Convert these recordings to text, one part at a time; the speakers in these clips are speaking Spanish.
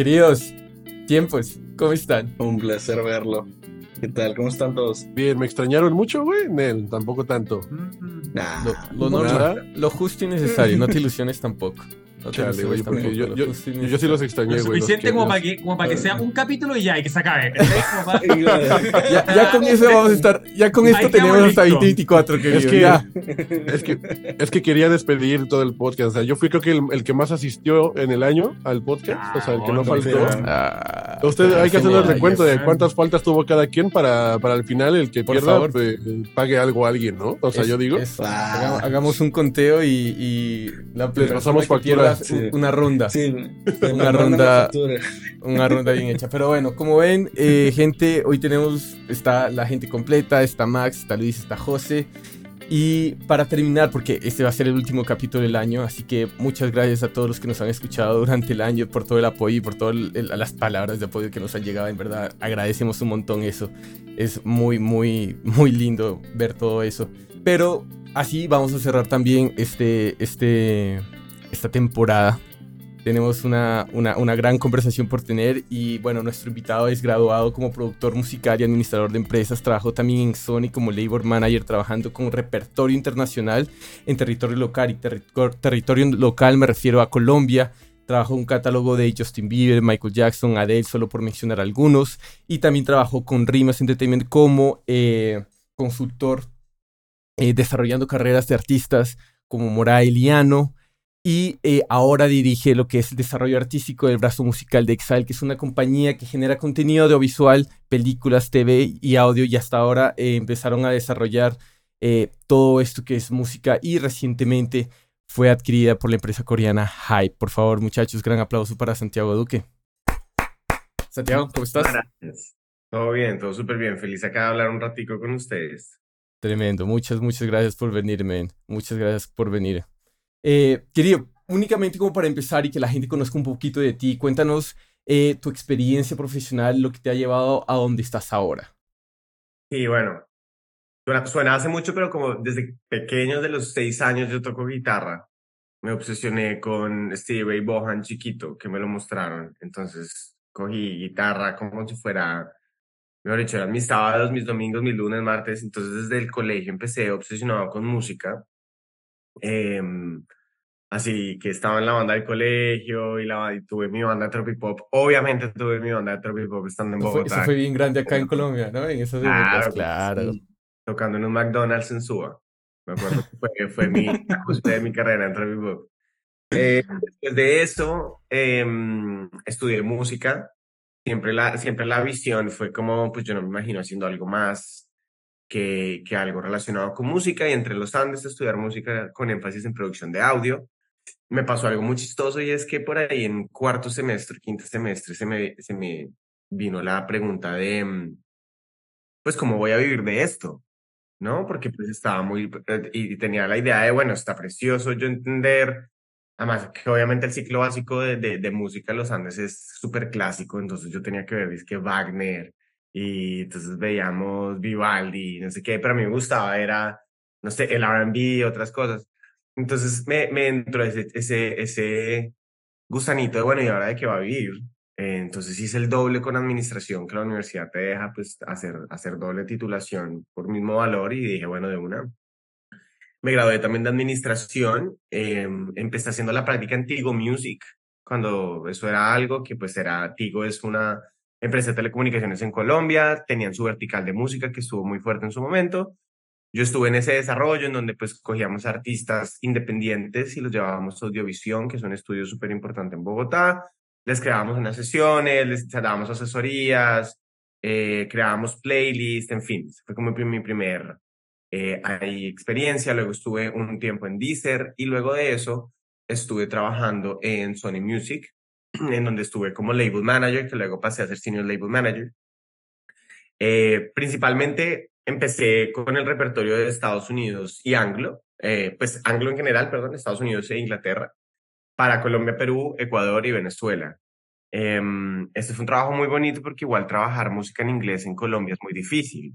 Queridos, tiempos, ¿cómo están? Un placer verlo. ¿Qué tal? ¿Cómo están todos? Bien, ¿me extrañaron mucho, güey? Nel, tampoco tanto. Lo Nada. normal, lo justo y necesario, no te ilusiones tampoco. No te Chale, güey, ilusiones porque tampoco, yo, lo yo, justo y yo sí los necesario. extrañé, Lo güey. suficiente como para que sea un capítulo y ya, y que se acabe. Ya con eso vamos a estar, ya con esto Ahí tenemos quedamos hasta listos. 2024, queridos. Es que, ya. es que quería despedir todo el podcast. O sea, yo fui creo que el que más asistió en el año al podcast. O sea, el que no faltó. Usted hay que hacer un recuento de cuántas faltas tuvo cada quien para al final el que Por pierda favor. pues, pague algo a alguien, ¿no? O sea, yo digo. Hagamos un conteo y la Les pasamos persona que pierda factura. Sí. una ronda. Sí, Una ronda. Una ronda bien hecha. Pero bueno, como ven, gente, hoy está la gente completa, está Max, está Luis, está José. Y para terminar, porque este va a ser el último capítulo del año, así que muchas gracias a todos los que nos han escuchado durante el año, por todo el apoyo y por todas las palabras de apoyo que nos han llegado. En verdad, agradecemos un montón eso. Es muy, muy, muy lindo ver todo eso. Pero así vamos a cerrar también esta temporada. Tenemos una gran conversación por tener y bueno, nuestro invitado es graduado como productor musical y administrador de empresas. Trabajó también en Sony como labor manager, trabajando con repertorio internacional en territorio local. Y territorio local me refiero a Colombia. Trabajó en un catálogo de Justin Bieber, Michael Jackson, Adele, solo por mencionar algunos. Y también trabajó con Rimas Entertainment como consultor, desarrollando carreras de artistas como Moray Liano. Y ahora dirige lo que es el desarrollo artístico del brazo musical de Exile, que es una compañía que genera contenido audiovisual, películas, TV y audio. Y hasta ahora empezaron a desarrollar todo esto que es música. Y recientemente fue adquirida por la empresa coreana Hype. Por favor, muchachos, gran aplauso para Santiago Duque. Santiago, ¿cómo estás? Gracias. Todo bien, todo súper bien. Feliz acá de hablar un ratico con ustedes. Tremendo. Muchas gracias por venir, men. Muchas gracias por venir. Querido, únicamente como para empezar y que la gente conozca un poquito de ti, cuéntanos tu experiencia profesional, lo que te ha llevado a donde estás ahora. Y bueno, suena hace mucho, pero como desde pequeño, de los 6 años, yo toco guitarra. Me obsesioné con Stevie Ray Vaughan chiquito, que me lo mostraron. Entonces cogí guitarra como si fuera, mejor dicho, eran mis sábados, mis domingos, mis lunes, martes. Entonces desde el colegio empecé obsesionado con música. Así que estaba en la banda del colegio y tuve mi banda de Tropipop. Obviamente tuve mi banda de Tropipop estando en Eso Bogotá. fue bien grande acá en Colombia, ¿no? En esas épocas, Claro, claro. sí, tocando en un McDonald's en Suba. Me acuerdo que fue la cúspide de mi carrera en Tropipop. Después de eso, estudié música. Siempre la visión fue como, pues yo no me imagino haciendo algo más que algo relacionado con música, y entre los Andes estudiar música con énfasis en producción de audio. Me pasó algo muy chistoso, y es que por ahí en cuarto semestre, quinto semestre, se me vino la pregunta de, pues, ¿cómo voy a vivir de esto? ¿No? Porque pues estaba y tenía la idea de, bueno, está precioso yo entender, además que obviamente el ciclo básico de música en los Andes es súper clásico, entonces yo tenía que ver, que Wagner, y entonces veíamos Vivaldi, no sé qué, pero a mí me gustaba, era, no sé, el R&B, otras cosas. Entonces me entró ese gusanito de, bueno, ¿y ahora de qué va a vivir? Entonces hice el doble con administración, que la universidad te deja pues hacer doble titulación por mismo valor, y dije, bueno, de una. Me gradué también de administración, empecé haciendo la práctica en Tigo Music, cuando eso era algo que pues era, Tigo es una empresa de telecomunicaciones en Colombia, tenían su vertical de música que estuvo muy fuerte en su momento. Yo estuve en ese desarrollo en donde pues cogíamos artistas independientes y los llevábamos a Audiovisión, que es un estudio súper importante en Bogotá. Les creábamos unas sesiones, les dábamos asesorías, creábamos playlists, en fin. Fue como mi primer ahí experiencia. Luego estuve un tiempo en Deezer, y luego de eso estuve trabajando en Sony Music, en donde estuve como label manager, que luego pasé a ser senior label manager. Principalmente empecé con el repertorio de Estados Unidos y anglo, pues anglo en general, perdón, Estados Unidos e Inglaterra, para Colombia, Perú, Ecuador y Venezuela. Este fue un trabajo muy bonito, porque igual trabajar música en inglés en Colombia es muy difícil.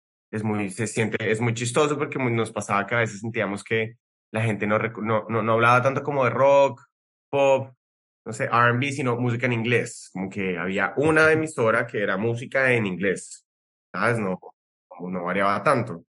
Es muy chistoso, porque nos pasaba que a veces sentíamos que la gente no hablaba tanto como de rock, pop, no sé, R&B, sino música en inglés. Como que había una emisora que era música en inglés, ¿sabes? No variaba tanto.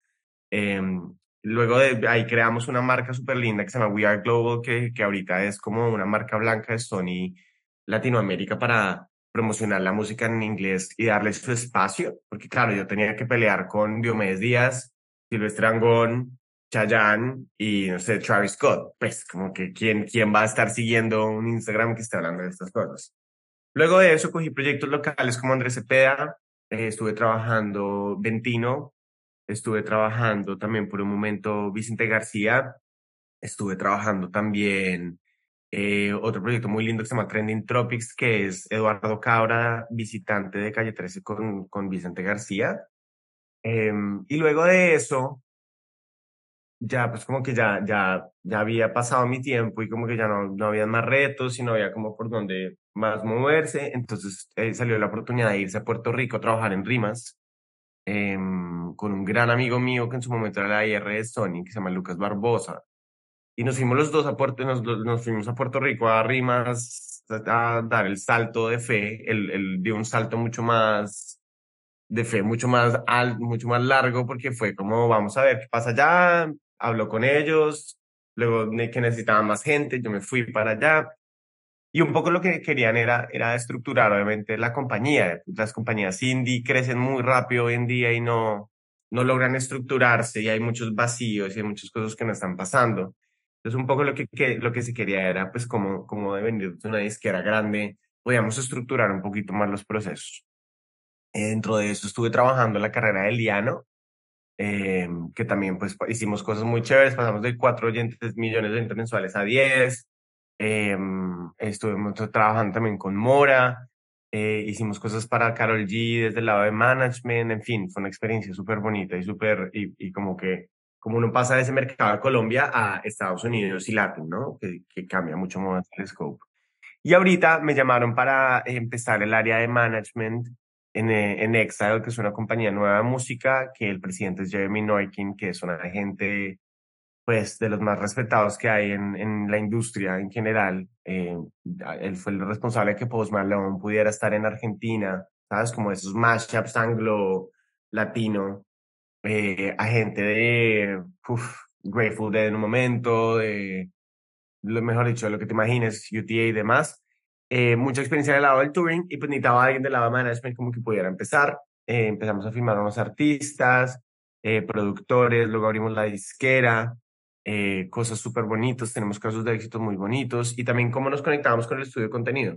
Luego de ahí creamos una marca súper linda que se llama We Are Global, que ahorita es como una marca blanca de Sony Latinoamérica para promocionar la música en inglés y darle su espacio, porque claro, yo tenía que pelear con Diomedes Díaz, Silvestre Dangond, Chayanne y, no sé, Travis Scott. Pues como que ¿quién va a estar siguiendo un Instagram que esté hablando de estas cosas? Luego de eso cogí proyectos locales como Andrés Cepeda, estuve trabajando Ventino, estuve trabajando también por un momento Vicente García, estuve trabajando también otro proyecto muy lindo que se llama Trending Tropics, que es Eduardo Cabra, visitante de Calle 13 con Vicente García. Y luego de eso, ya pues como que ya había pasado mi tiempo y como que ya no había más retos y no había como por dónde más moverse. Entonces salió la oportunidad de irse a Puerto Rico a trabajar en Rimas con un gran amigo mío que en su momento era la IR de Sony, que se llama Lucas Barbosa. Y nos fuimos los dos nos fuimos a Puerto Rico a Rimas a dar el salto de fe. Él dio un salto mucho más de fe, mucho más largo, porque fue como, vamos a ver qué pasa allá. Habló con ellos, luego que necesitaban más gente, yo me fui para allá. Y un poco lo que querían era estructurar, obviamente, la compañía. Las compañías indie crecen muy rápido hoy en día y no logran estructurarse y hay muchos vacíos y hay muchas cosas que no están pasando. Entonces, un poco lo que se quería era, pues, como de venir de una disquera grande, podíamos estructurar un poquito más los procesos. Dentro de eso estuve trabajando en la carrera de Liano, que también, pues, hicimos cosas muy chéveres. Pasamos de 4 millones de oyentes mensuales a 10. Estuvimos trabajando también con Mora, hicimos cosas para Karol G desde el lado de management, en fin, fue una experiencia súper bonita y como que, como uno pasa de ese mercado de Colombia a Estados Unidos y Latin, ¿no? Que cambia mucho más el scope. Y ahorita me llamaron para empezar el área de management en Exile, que es una compañía nueva de música, que el presidente es Jeremy Noikin, que es un agente pues de los más respetados que hay en la industria en general. Él fue el responsable de que Post Malone pudiera estar en Argentina, ¿sabes? Como esos mashups anglo-latino, agente de Grateful Dead en un momento, de lo mejor dicho, de lo que te imagines, UTA y demás. Mucha experiencia del lado del touring y pues necesitaba a alguien del lado de management como que pudiera empezar. Empezamos a firmar unos artistas, productores, luego abrimos la disquera, cosas súper bonitas, tenemos casos de éxito muy bonitos y también cómo nos conectamos con el estudio de contenido.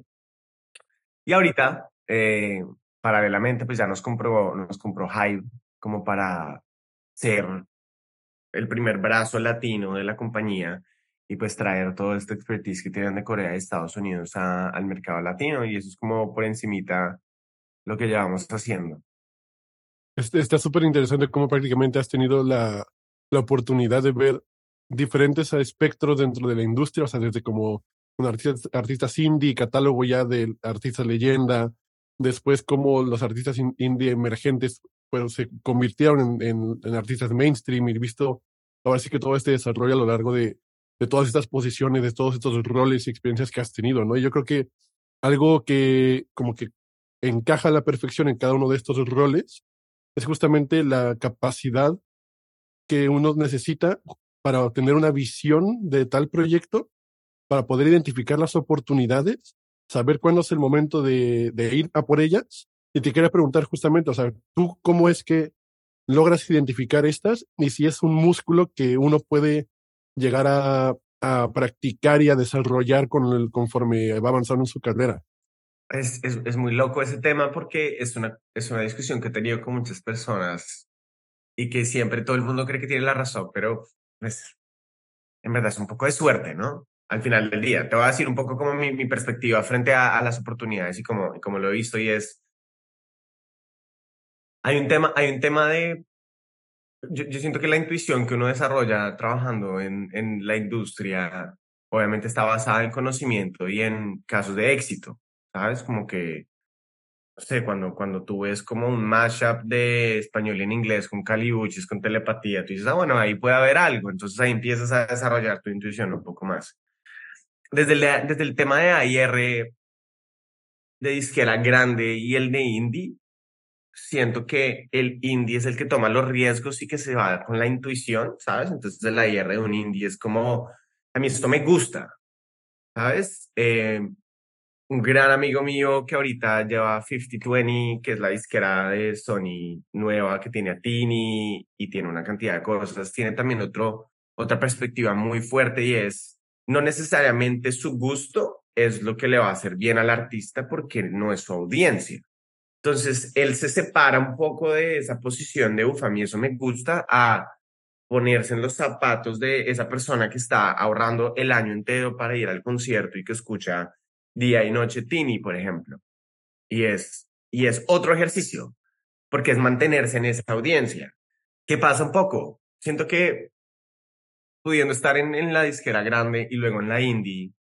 Y ahorita, paralelamente, pues ya nos compró Hive como para ser el primer brazo latino de la compañía y pues traer todo este expertise que tienen de Corea y Estados Unidos al mercado latino y eso es como por encimita lo que llevamos haciendo. Está súper interesante cómo prácticamente has tenido la oportunidad de ver diferentes espectros dentro de la industria, o sea, desde como un artista indie, catálogo ya de artistas leyenda, después cómo los artistas indie emergentes pues, se convirtieron en artistas mainstream y visto ahora sí que todo este desarrollo a lo largo de todas estas posiciones, de todos estos roles y experiencias que has tenido, ¿no? Y yo creo que algo que como que encaja a la perfección en cada uno de estos roles es justamente la capacidad que uno necesita para obtener una visión de tal proyecto, para poder identificar las oportunidades, saber cuándo es el momento de ir a por ellas. Y te quería preguntar justamente, o sea, ¿tú cómo es que logras identificar estas y si es un músculo que uno puede llegar a practicar y a desarrollar conforme va avanzando en su carrera? Es muy loco ese tema porque es una discusión que he tenido con muchas personas y que siempre todo el mundo cree que tiene la razón, pero pues, en verdad es un poco de suerte, ¿no? Al final del día. Te voy a decir un poco como mi perspectiva frente a las oportunidades y como lo he visto y es, hay un tema de, yo siento que la intuición que uno desarrolla trabajando en la industria obviamente está basada en conocimiento y en casos de éxito, ¿sabes? Como que no sé, cuando tú ves como un mashup de español en inglés con calibuches, con telepatía, tú dices, bueno, ahí puede haber algo. Entonces ahí empiezas a desarrollar tu intuición un poco más. desde el tema de AIR, de disquera grande y el de indie, siento que el indie es el que toma los riesgos y que se va con la intuición, ¿sabes? Entonces el AIR de un indie es como, a mí esto me gusta, ¿sabes? Un gran amigo mío que ahorita lleva 5020, que es la disquera de Sony nueva que tiene a Tini y tiene una cantidad de cosas, tiene también otra perspectiva muy fuerte y es, no necesariamente su gusto es lo que le va a hacer bien al artista porque no es su audiencia. Entonces, él se separa un poco de esa posición de, ufa, a mí eso me gusta, a ponerse en los zapatos de esa persona que está ahorrando el año entero para ir al concierto y que escucha día y noche Tini, por ejemplo. Y es otro ejercicio, porque es mantenerse en esa audiencia. ¿Qué pasa un poco? Siento que pudiendo estar en la disquera grande y luego en la indie,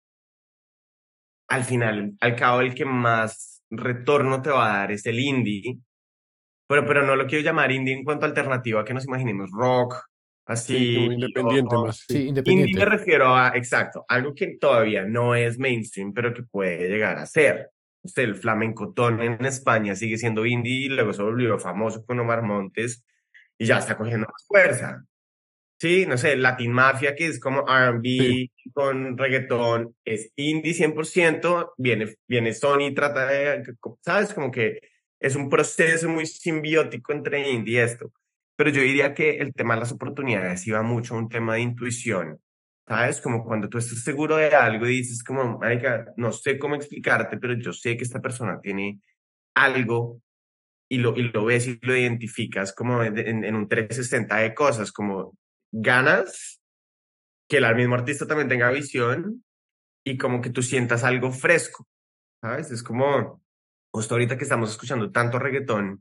al final, al cabo, el que más retorno te va a dar es el indie, pero no lo quiero llamar indie en cuanto a alternativa, que nos imaginemos rock, Sí, así. como independiente más, sí. Sí, Indie me independiente. refiero a, exacto, algo que todavía no es mainstream, pero que puede llegar a ser. Usted, el flamencotón en España sigue siendo indie y luego se volvió famoso con Omar Montes y ya está cogiendo más fuerza. Sí, no sé, Latin Mafia, que es como Sí, R&B con reggaetón, es indie 100%, viene Sony y trata de, ¿sabes? Como que es un proceso muy simbiótico entre indie y esto. Pero yo diría que el tema de las oportunidades iba mucho a un tema de intuición, ¿sabes? Como cuando tú estás seguro de algo y dices como, marica, no sé cómo explicarte, pero yo sé que esta persona tiene algo y lo ves y lo identificas como en un 360 de cosas, como ganas que el mismo artista también tenga visión y como que tú sientas algo fresco, ¿sabes? Es como, justo ahorita que estamos escuchando tanto reggaetón,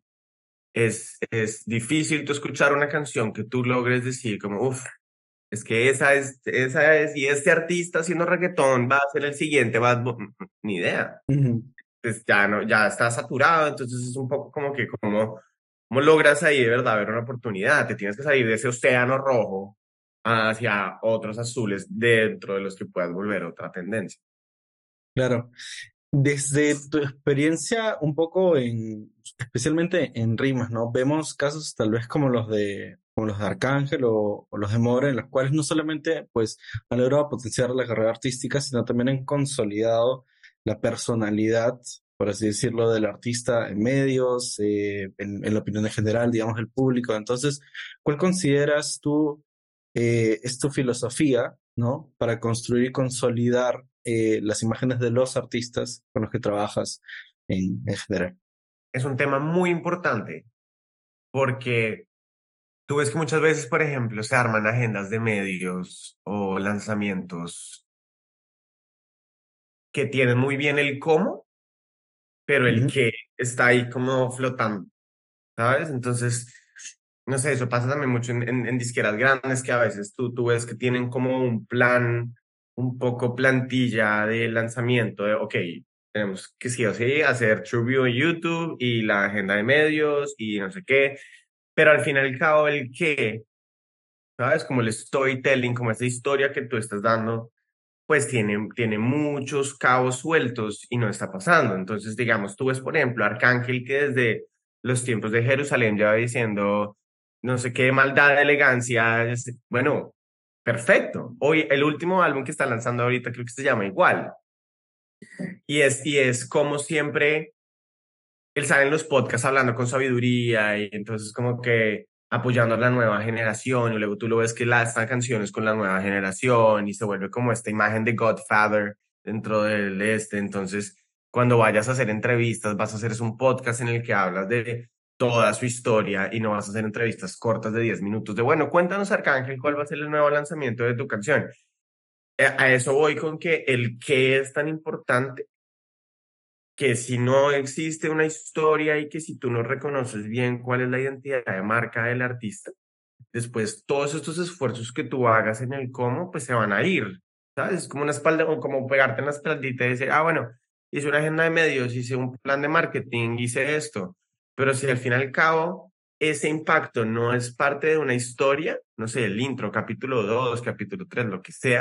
es difícil tú escuchar una canción que tú logres decir como, uff, es que esa es, y este artista haciendo reggaetón va a ser el siguiente, ni idea. Ujú. Pues ya no, ya está saturado, entonces es un poco como que cómo logras ahí de verdad ver una oportunidad, te tienes que salir de ese océano rojo hacia otros azules dentro de los que puedas volver otra tendencia. Claro. Desde tu experiencia un poco especialmente en rimas, ¿no? Vemos casos tal vez como los de Arcángel o los de Mora, en los cuales no solamente pues han logrado potenciar la carrera artística, sino también han consolidado la personalidad, por así decirlo, del artista en medios, en la opinión en general, digamos, del público. Entonces, ¿cuál consideras tú es tu filosofía, ¿no? Para construir y consolidar las imágenes de los artistas con los que trabajas en general? Es un tema muy importante porque tú ves que muchas veces, por ejemplo, se arman agendas de medios o lanzamientos que tienen muy bien el cómo, pero el Ujú. qué está ahí como flotando, ¿sabes? Entonces, no sé, eso pasa también mucho en disqueras grandes que a veces tú ves que tienen como un plan, un poco plantilla de lanzamiento de, ok, tenemos que sí o sí hacer TrueView en YouTube y la agenda de medios y no sé qué, pero al fin y al cabo el qué, ¿sabes? Como el storytelling, como esa historia que tú estás dando, pues tiene muchos cabos sueltos y no está pasando. Entonces, digamos, tú ves, por ejemplo, Arcángel que desde los tiempos de Jerusalén ya va diciendo, no sé qué maldad, elegancia, bueno, perfecto. Hoy el último álbum que está lanzando ahorita creo que se llama igual. Y es como siempre él sale en los podcasts hablando con sabiduría y entonces como que apoyando a la nueva generación y luego tú lo ves que lanza canciones con la nueva generación y se vuelve como esta imagen de Godfather dentro del este. Entonces, cuando vayas a hacer entrevistas, vas a hacer es un podcast en el que hablas de toda su historia y no vas a hacer entrevistas cortas de 10 minutos de, bueno, cuéntanos Arcángel, ¿cuál va a ser el nuevo lanzamiento de tu canción? A eso voy con que el qué es tan importante que si no existe una historia y que si tú no reconoces bien cuál es la identidad de marca del artista, después todos estos esfuerzos que tú hagas en el cómo, pues se van a ir, ¿sabes? Es como una espalda, o como pegarte en la espaldita y decir, ah, bueno, hice una agenda de medios, hice un plan de marketing, hice esto, pero si al fin y al cabo ese impacto no es parte de una historia, no sé, el intro, capítulo 2 capítulo 3 lo que sea,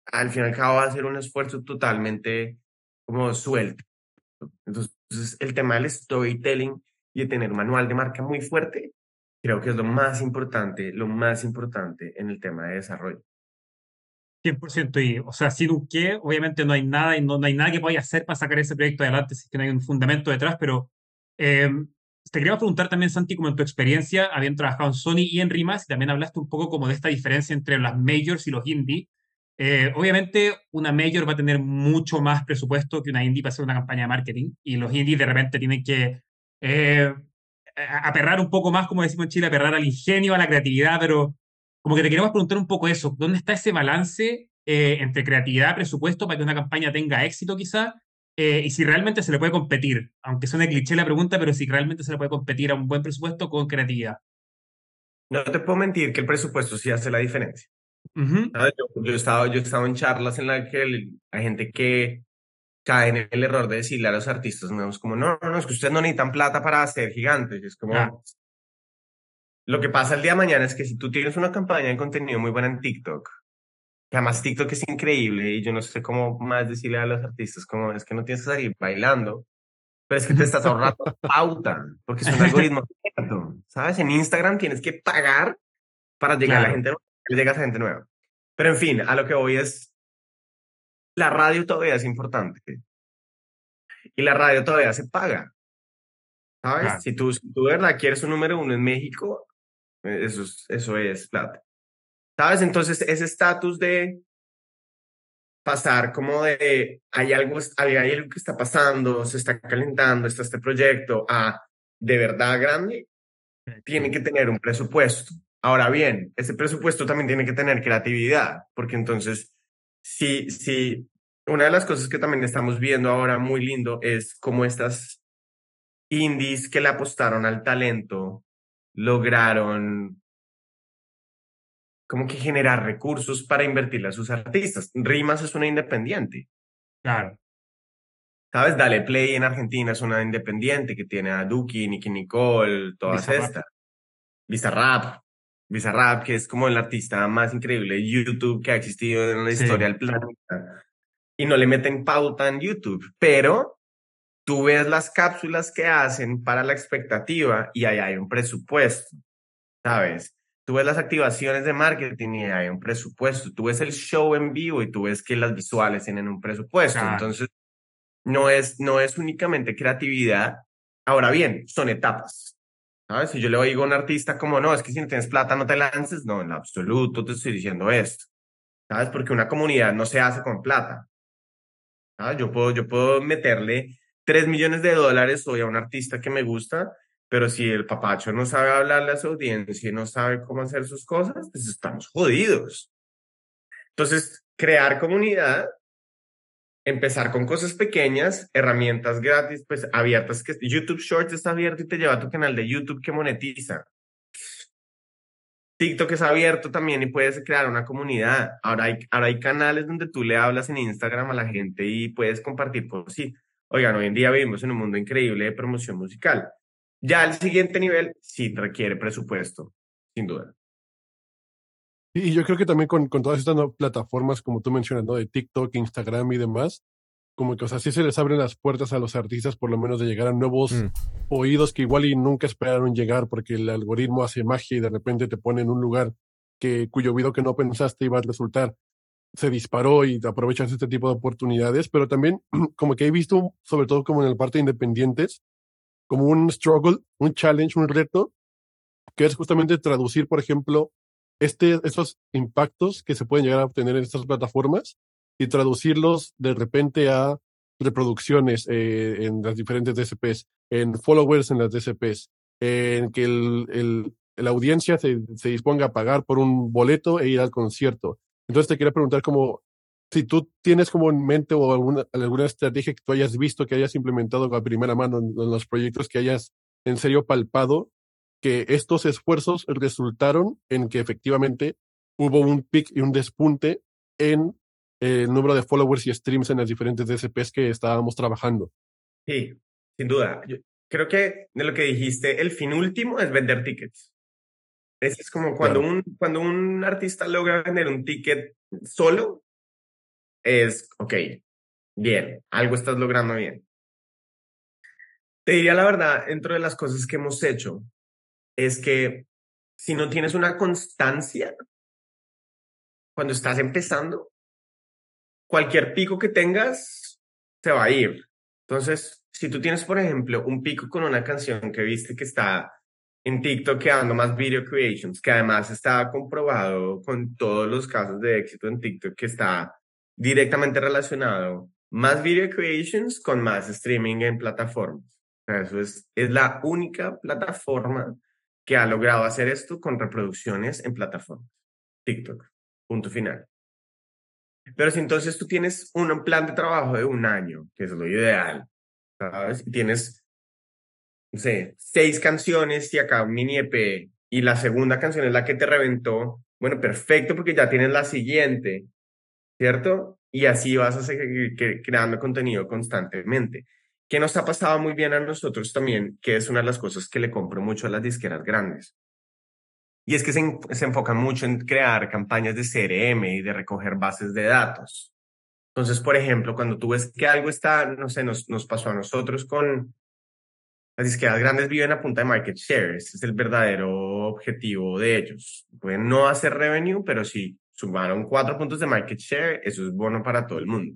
al fin y al cabo va a ser un esfuerzo totalmente como suelto. Entonces, el tema del storytelling y de tener un manual de marca muy fuerte, creo que es lo más importante en el tema de desarrollo. 100%. Y, o sea, sin un qué, obviamente no hay nada y no hay nada que podáis hacer para sacar ese proyecto adelante si es que no hay un fundamento detrás, pero eh, te quería preguntar también, Santi, como en tu experiencia, habiendo trabajado en Sony y en Rimas, y también hablaste un poco como de esta diferencia entre las majors y los indie. Obviamente, una major va a tener mucho más presupuesto que una indie para hacer una campaña de marketing, y los indies de repente tienen que eh, aperrar un poco más, como decimos en Chile, aperrar al ingenio, a la creatividad, pero como que te queremos preguntar un poco eso, ¿dónde está ese balance entre creatividad, presupuesto para que una campaña tenga éxito quizá? Y si realmente se le puede competir, aunque suene cliché la pregunta, pero si realmente se le puede competir a un buen presupuesto con creatividad. No te puedo mentir que el presupuesto sí hace la diferencia. Ujú. ¿Sabes? Yo he estado en charlas en las que hay gente que cae en el error de decirle a los artistas nuevos como, no, no, no, es que ustedes no necesitan plata para ser gigantes. Y es Ah, como, lo que pasa el día de mañana es que si tú tienes una campaña de contenido muy buena en TikTok, que además TikTok es increíble y yo no sé cómo más decirle a los artistas como, es que no tienes que salir bailando, pero es que te estás ahorrando pauta, porque es un algoritmo abierto, ¿sabes? En Instagram tienes que pagar para llegar a la claro, gente nueva, que llegas a gente nueva. Pero en fin, a lo que voy es, la radio todavía es importante y la radio todavía se paga, ¿sabes? claro, Si tú de verdad quieres un número uno en México, eso es plata. ¿Sabes? Entonces, ese estatus de pasar como de hay algo que está pasando, se está calentando, está este proyecto, a de verdad grande, tiene que tener un presupuesto. Ahora bien, ese presupuesto también tiene que tener creatividad, porque entonces, sí, una de las cosas que también estamos viendo ahora muy lindo es cómo estas indies que le apostaron al talento lograron como que generar recursos para invertirle a sus artistas. Rimas es una independiente. claro. ¿Sabes? Dale Play en Argentina es una independiente que tiene a Duki, Nicki Nicole, todas Bizarrap. estas. Bizarrap. Bizarrap, que es como el artista más increíble de YouTube que ha existido en la historia Sí, del planeta. Y no le meten pauta en YouTube, pero tú ves las cápsulas que hacen para la expectativa y ahí hay un presupuesto, ¿sabes? Tú ves las activaciones de marketing y hay un presupuesto. Tú ves el show en vivo y tú ves que las visuales tienen un presupuesto. claro. Entonces, no es únicamente creatividad. Ahora bien, son etapas. ¿Sabes? Si yo le digo a un artista como, no, es que si no tienes plata no te lances, no, en lo absoluto te estoy diciendo esto. ¿Sabes? Porque una comunidad no se hace con plata. ¿Sabes? Yo puedo meterle $3 millones hoy a un artista que me gusta, pero si el papacho no sabe hablarle a su audiencia y no sabe cómo hacer sus cosas, pues estamos jodidos. Entonces, crear comunidad, empezar con cosas pequeñas, herramientas gratis, pues abiertas, que YouTube Shorts está abierto y te lleva a tu canal de YouTube que monetiza. TikTok es abierto también y puedes crear una comunidad. Ahora hay canales donde tú le hablas en Instagram a la gente y puedes compartir por sí. Oigan, hoy en día vivimos en un mundo increíble de promoción musical. Ya el siguiente nivel sí requiere presupuesto, sin duda. Y yo creo que también con todas estas plataformas, como tú mencionas, ¿no? De TikTok, Instagram y demás, como que, o sea, sí se les abren las puertas a los artistas, por lo menos de llegar a nuevos Mm. oídos que igual y nunca esperaron llegar, porque el algoritmo hace magia y de repente te pone en un lugar cuyo video que no pensaste iba a resultar, se disparó y te aprovechas este tipo de oportunidades, pero también como que he visto, sobre todo como en el parte de independientes, como un struggle, un challenge, un reto, que es justamente traducir, por ejemplo, esos impactos que se pueden llegar a obtener en estas plataformas y traducirlos de repente a reproducciones en las diferentes DSPs, en followers en las DSPs, en que la audiencia se disponga a pagar por un boleto e ir al concierto. Entonces te quería preguntar como si tú tienes como en mente o alguna estrategia que tú hayas visto, que hayas implementado a primera mano en los proyectos que hayas en serio palpado que estos esfuerzos resultaron en que efectivamente hubo un pic y un despunte en el número de followers y streams en las diferentes DSPs que estábamos trabajando. Sí, sin duda. Yo creo que de lo que dijiste, el fin último es vender tickets. Es como cuando Claro. un artista logra vender un ticket solo, es, ok, bien, algo estás logrando bien. Te diría la verdad, dentro de las cosas que hemos hecho, es que si no tienes una constancia cuando estás empezando, cualquier pico que tengas se va a ir. Entonces, si tú tienes, por ejemplo, un pico con una canción que viste que está en TikTok quedando más video creations, que además está comprobado con todos los casos de éxito en TikTok que está directamente relacionado, más video creations con más streaming en plataformas. O sea, eso es la única plataforma que ha logrado hacer esto con reproducciones en plataformas. TikTok, punto final. Pero si entonces tú tienes un plan de trabajo de un año, que es lo ideal, ¿sabes? Y tienes, no sé, 6 canciones y acá un mini EP, y la segunda canción es la que te reventó, bueno, perfecto, porque ya tienes la siguiente, ¿cierto? Y así vas a seguir creando contenido constantemente. Que nos ha pasado muy bien a nosotros también, que es una de las cosas que le compro mucho a las disqueras grandes. Y es que se enfocan mucho en crear campañas de CRM y de recoger bases de datos. Entonces, por ejemplo, cuando tú ves que algo está, no sé, nos pasó a nosotros con las disqueras grandes, viven a punta de market share. Ese es el verdadero objetivo de ellos. Pueden no hacer revenue, pero si sumaron 4 puntos de market share, eso es bueno para todo el mundo.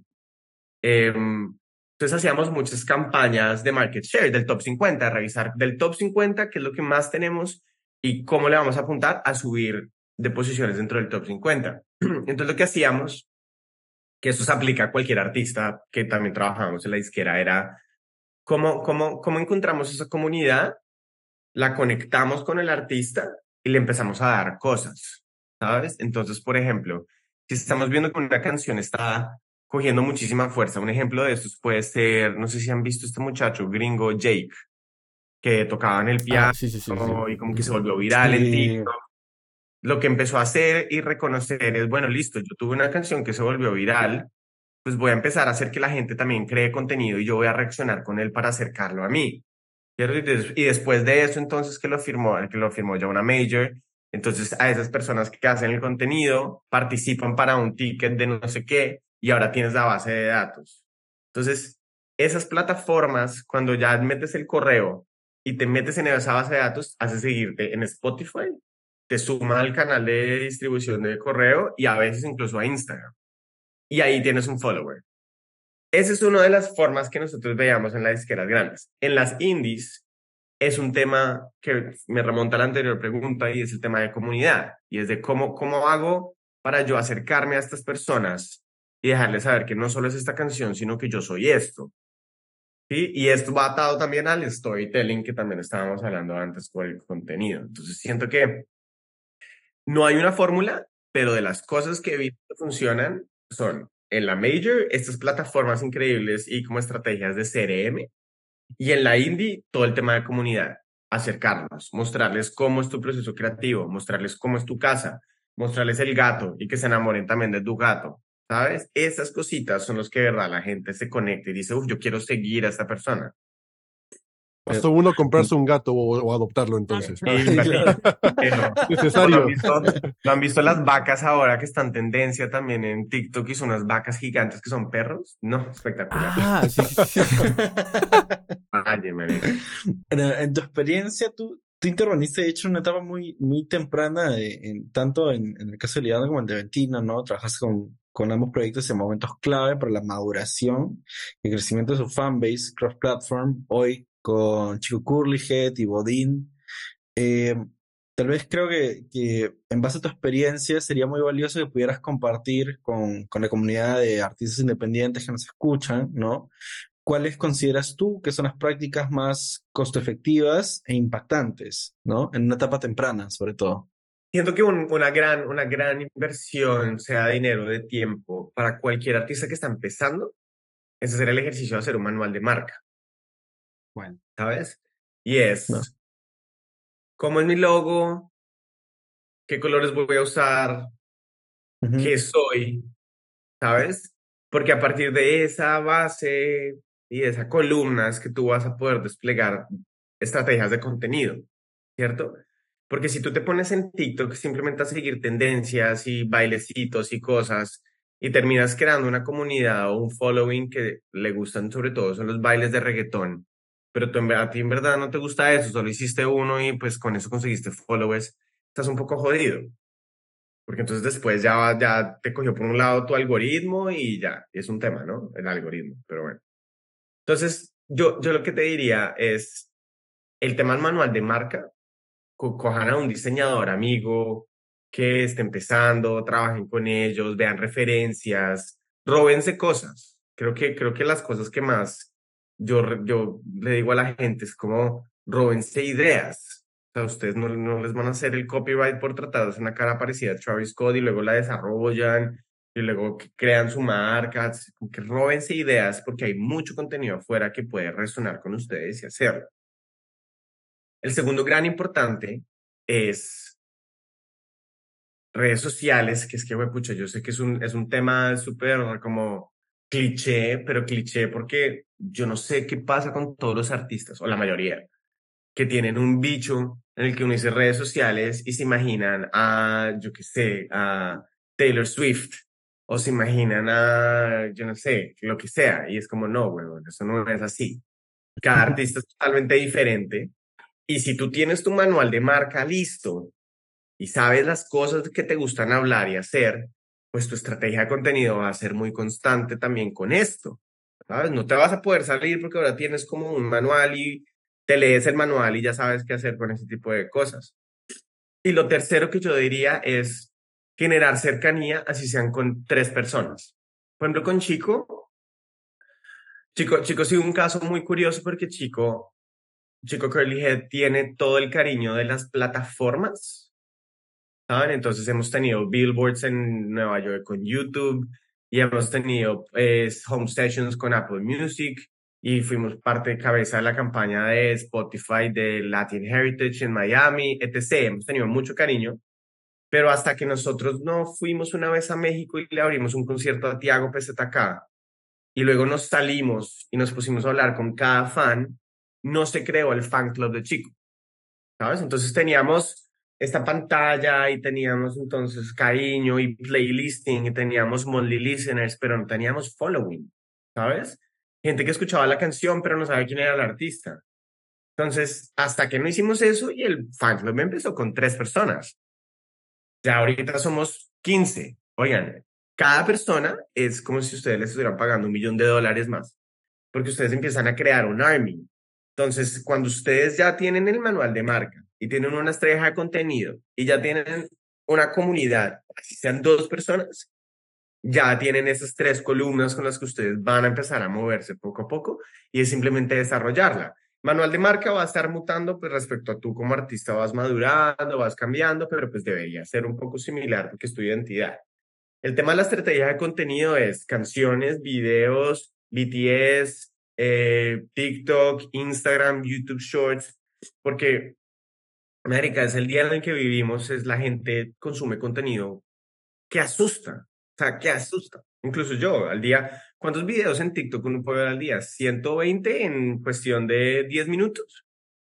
Entonces hacíamos muchas campañas de market share, del top 50, revisar del top 50 qué es lo que más tenemos y cómo le vamos a apuntar a subir de posiciones dentro del top 50. Entonces lo que hacíamos, que eso se aplica a cualquier artista que también trabajamos en la disquera, era cómo encontramos esa comunidad, la conectamos con el artista y le empezamos a dar cosas, ¿sabes? Entonces, por ejemplo, si estamos viendo que una canción está cogiendo muchísima fuerza, un ejemplo de estos puede ser, no sé si han visto este muchacho gringo Jake, que tocaba en el piano Sí, sí, sí, sí. y como que se volvió viral en Sí. TikTok. Lo que empezó a hacer y reconocer es, bueno, listo, yo tuve una canción que se volvió viral, pues voy a empezar a hacer que la gente también cree contenido y yo voy a reaccionar con él para acercarlo a mí. ¿Cierto? Y después de eso, entonces, que lo firmó ya una major, entonces a esas personas que hacen el contenido participan para un ticket de no sé qué y ahora tienes la base de datos. Entonces, esas plataformas, cuando ya metes el correo y te metes en esa base de datos, haces seguirte en Spotify, te suma al canal de distribución de correo y a veces incluso a Instagram. Y ahí tienes un follower. Esa es una de las formas que nosotros veíamos en las disqueras grandes. En las indies es un tema que me remonta a la anterior pregunta y es el tema de comunidad. Y es de cómo hago para yo acercarme a estas personas y dejarles saber que no solo es esta canción, sino que yo soy esto. ¿Sí? Y esto va atado también al storytelling que también estábamos hablando antes con el contenido. Entonces siento que no hay una fórmula, pero de las cosas que he visto que funcionan son en la major, estas plataformas increíbles y como estrategias de CRM, y en la indie, todo el tema de comunidad, acercarnos, mostrarles cómo es tu proceso creativo, mostrarles cómo es tu casa, mostrarles el gato y que se enamoren también de tu gato, ¿sabes? Estas cositas son los que de verdad la gente se conecta y dice, uff, yo quiero seguir a esta persona. Bastó uno comprarse un gato o adoptarlo entonces. Y un gatito. Pero, ¿lo han Necesario. visto? ¿Lo han visto las vacas ahora que están tendencia también en TikTok y son unas vacas gigantes que son perros? No, espectacular. Sí, sí, sí. Ay, marica. En tu experiencia, tú interveniste, de hecho, en una etapa muy, muy temprana, tanto en el caso de Liana como en de Ventina, ¿no? Trabajaste con ambos proyectos en momentos clave para la maduración y crecimiento de su fanbase cross-platform, hoy con Chico Curlyhead y Bodin. Eh, Tal vez creo que en base a tu experiencia sería muy valioso que pudieras compartir con la comunidad de artistas independientes que nos escuchan, ¿no? ¿Cuáles consideras tú que son las prácticas más costo efectivas e impactantes, ¿no? En una etapa temprana, sobre todo. Siento que una gran inversión, sea de dinero, de tiempo, para cualquier artista que está empezando, es hacer el ejercicio de hacer un manual de marca, Bueno, ¿sabes? Y no. es, ¿cómo es mi logo? ¿Qué colores voy a usar? ¿Qué Ujú. soy? ¿Sabes? Porque a partir de esa base y de esa columna es que tú vas a poder desplegar estrategias de contenido, ¿cierto? Porque si tú te pones en TikTok simplemente a seguir tendencias y bailecitos y cosas y terminas creando una comunidad o un following que le gustan sobre todo son los bailes de reggaetón, pero a ti en verdad no te gusta eso, solo hiciste uno y pues con eso conseguiste followers, estás un poco jodido, porque entonces después ya te cogió por un lado tu algoritmo y ya, es un tema, ¿no? El algoritmo, pero bueno. Entonces, yo lo que te diría es el tema del manual de marca, cojan a un diseñador amigo que esté empezando, trabajen con ellos, vean referencias, róbense cosas. Creo que las cosas que más yo le digo a la gente es como róbense ideas. O sea, ustedes no les van a hacer el copyright por tratar de hacer una cara parecida a Travis Scott y luego la desarrollan y luego crean su marca. Como que róbense ideas porque hay mucho contenido afuera que puede resonar con ustedes y hacerlo. El segundo gran importante es redes sociales, que es que, pucha, yo sé que es un tema súper como cliché, pero cliché porque yo no sé qué pasa con todos los artistas, o la mayoría, que tienen un bicho en el que uno dice redes sociales y se imaginan a, yo qué sé, a Taylor Swift, o se imaginan a, yo no sé, lo que sea, y es como, no, huevón, eso no es así. Cada artista es totalmente diferente, y si tú tienes tu manual de marca listo, y sabes las cosas que te gustan hablar y hacer, pues tu estrategia de contenido va a ser muy constante también con esto, ¿sabes? No te vas a poder salir porque ahora tienes como un manual y te lees el manual y ya sabes qué hacer con ese tipo de cosas. Y lo tercero que yo diría es generar cercanía, así sean con 3 personas. Por ejemplo, con Chico sí un caso muy curioso porque Chico Curly Head tiene todo el cariño de las plataformas. ¿Saben? Entonces hemos tenido billboards en Nueva York con YouTube y hemos tenido home sessions con Apple Music y fuimos parte de cabeza de la campaña de Spotify de Latin Heritage en Miami, etc. Hemos tenido mucho cariño, pero hasta que nosotros no fuimos una vez a México y le abrimos un concierto a Tiago PZK y luego nos salimos y nos pusimos a hablar con cada fan, no se creó el fan club de Chico. ¿Sabes? Entonces teníamos esta pantalla y teníamos entonces cariño y playlisting y teníamos monthly listeners, pero no teníamos following, ¿sabes? Gente que escuchaba la canción, pero no sabía quién era el artista. Entonces, hasta que no hicimos eso y el fan club empezó con 3 personas. Ya ahorita somos 15. Oigan, cada persona es como si ustedes les estuvieran pagando $1 millón más, porque ustedes empiezan a crear un army. Entonces, cuando ustedes ya tienen el manual de marca y tienen una estrategia de contenido y ya tienen una comunidad, así sean 2 personas, ya tienen esas 3 columnas con las que ustedes van a empezar a moverse poco a poco y es simplemente desarrollarla. Manual de marca va a estar mutando pues respecto a tú como artista vas madurando, vas cambiando, pero pues debería ser un poco similar porque es tu identidad. El tema de la estrategia de contenido es canciones, videos, BTS, TikTok, Instagram, YouTube Shorts, porque, América, es el día en el que vivimos, es la gente consume contenido que asusta, o sea, que asusta. Incluso yo, al día, ¿cuántos videos en TikTok uno puede ver al día? 120 en cuestión de 10 minutos.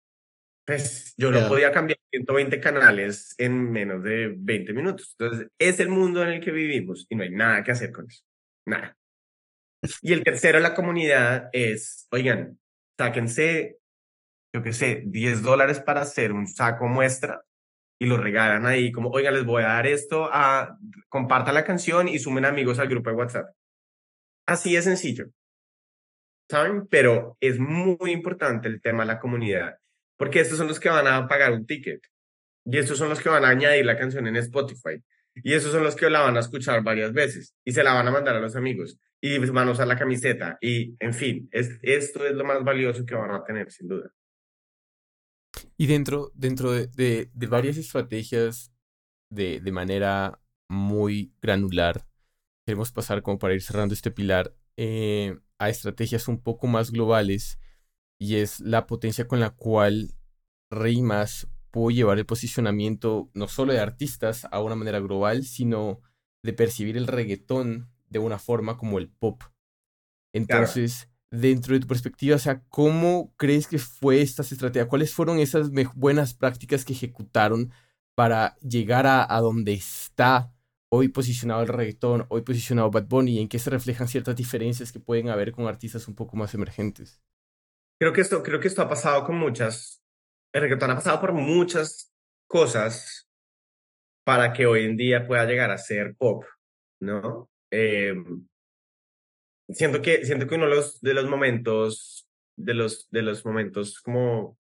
Pues yo no Ya. podía cambiar 120 canales en menos de 20 minutos. Entonces, es el mundo en el que vivimos y no hay nada que hacer con eso. Nada. Y el tercero, la comunidad, es, oigan, sáquense, yo qué sé, $10 para hacer un saco muestra y lo regalan ahí como, oigan, les voy a dar esto, compartan la canción y sumen amigos al grupo de WhatsApp. Así de sencillo, ¿saben? Pero es muy importante el tema de la comunidad, porque estos son los que van a pagar un ticket. Y estos son los que van a añadir la canción en Spotify. Y esos son los que la van a escuchar varias veces. Y se la van a mandar a los amigos. Y van a usar la camiseta. Y, en fin, esto es lo más valioso que van a tener, sin duda. Y dentro de varias estrategias de manera muy granular, queremos pasar como para ir cerrando este pilar a estrategias un poco más globales y es la potencia con la cual Rimas puede llevar el posicionamiento no solo de artistas a una manera global, sino de percibir el reggaetón de una forma como el pop. Claro. Entonces, dentro de tu perspectiva, o sea, ¿cómo crees que fue esta estrategia? ¿Cuáles fueron esas buenas prácticas que ejecutaron para llegar a donde está hoy posicionado el reggaetón, hoy posicionado Bad Bunny, y en qué se reflejan ciertas diferencias que pueden haber con artistas un poco más emergentes. Creo que esto ha pasado con muchas, el reggaetón ha pasado por muchas cosas para que hoy en día pueda llegar a ser pop, ¿no? Siento que uno de los momentos, de los momentos como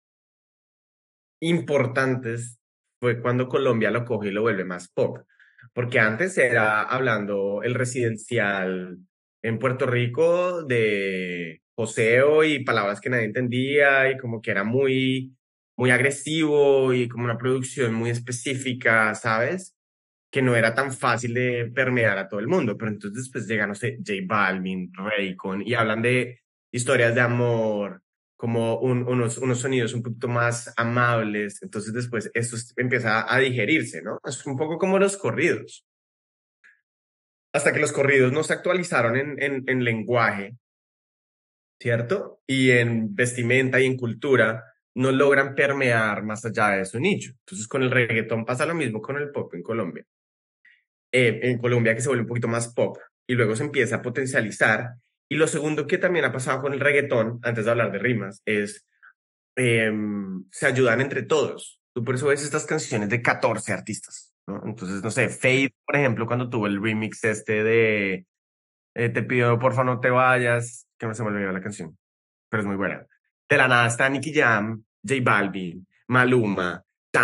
importantes fue cuando Colombia lo coge y lo vuelve más pop. Porque antes era hablando el residencial en Puerto Rico de joseo y palabras que nadie entendía y como que era muy agresivo y como una producción muy específica, ¿sabes? Que no era tan fácil de permear a todo el mundo. Pero entonces después llega, no sé, J Balvin, Raycon y hablan de historias de amor, como unos sonidos un poquito más amables. Entonces después empieza a digerirse, ¿no? Es un poco como los corridos. Hasta que los corridos no se actualizaron en lenguaje, ¿cierto? Y en vestimenta y en cultura, no logran permear más allá de su nicho. Entonces con el reggaetón pasa lo mismo con el pop en Colombia. En Colombia que se vuelve un poquito más pop y luego se empieza a potencializar. Y lo segundo que también ha pasado con el reggaetón, antes de hablar de rimas, es se ayudan entre todos. Tú por eso ves estas canciones de 14 artistas, ¿no? Entonces, no sé, Fade, por ejemplo, cuando tuvo el remix este de Te pido porfa no te vayas, que no se me olvidó la canción, pero es muy buena. De la nada está Nicky Jam, J Balvin, Maluma,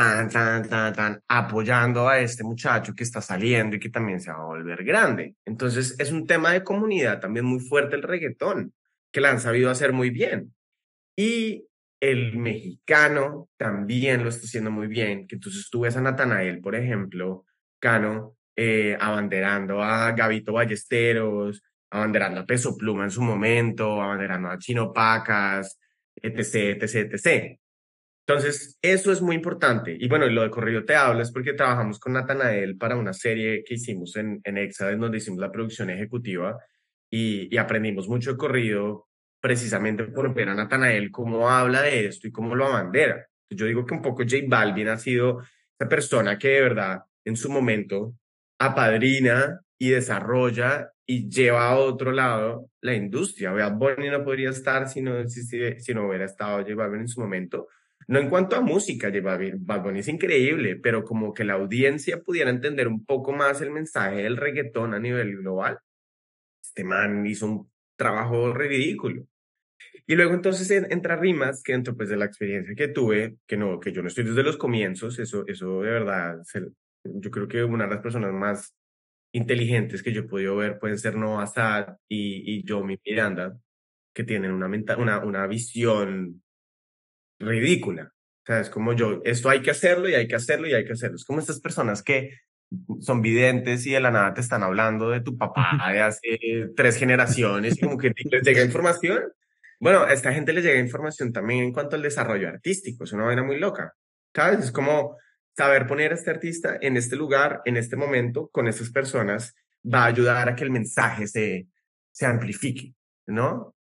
apoyando a este muchacho que está saliendo y que también se va a volver grande. Entonces, es un tema de comunidad también muy fuerte el reggaetón, que la han sabido hacer muy bien. Y el mexicano también lo está haciendo muy bien, que entonces tú ves a Natanael, por ejemplo, Cano, abanderando a Gabito Ballesteros, abanderando a Peso Pluma en su momento, abanderando a Chino Pacas, etc, etc, etc. Entonces, eso es muy importante. Y bueno, y lo de Corrido Te Hablo es porque trabajamos con Natanael para una serie que hicimos en Exa, en donde hicimos la producción ejecutiva y aprendimos mucho de corrido precisamente por ver a Natanael cómo habla de esto y cómo lo abandera. Yo digo que un poco J Balvin ha sido esa persona que de verdad en su momento apadrina y desarrolla y lleva a otro lado la industria. Bad Bunny no podría estar si no hubiera estado J Balvin en su momento. No en cuanto a música, Bad Bunny es increíble, pero como que la audiencia pudiera entender un poco más el mensaje del reggaetón a nivel global. Este man hizo un trabajo ridículo. Y luego entonces entra Rimas, que dentro pues de la experiencia que tuve, que yo no estoy desde los comienzos, eso de verdad, yo creo que una de las personas más inteligentes que yo he podido ver pueden ser Noah Sad y Yomi Miranda, que tienen una visión ridícula. O sea, es como yo, esto hay que hacerlo y hay que hacerlo y hay que hacerlo. Es como estas personas que son videntes y de la nada te están hablando de tu papá de hace 3 generaciones y como que les llega información. Bueno, a esta gente les llega información también en cuanto al desarrollo artístico. Es una vaina muy loca. ¿Sabes? Es como saber poner a este artista en este lugar, en este momento, con estas personas, va a ayudar a que el mensaje se amplifique, ¿no?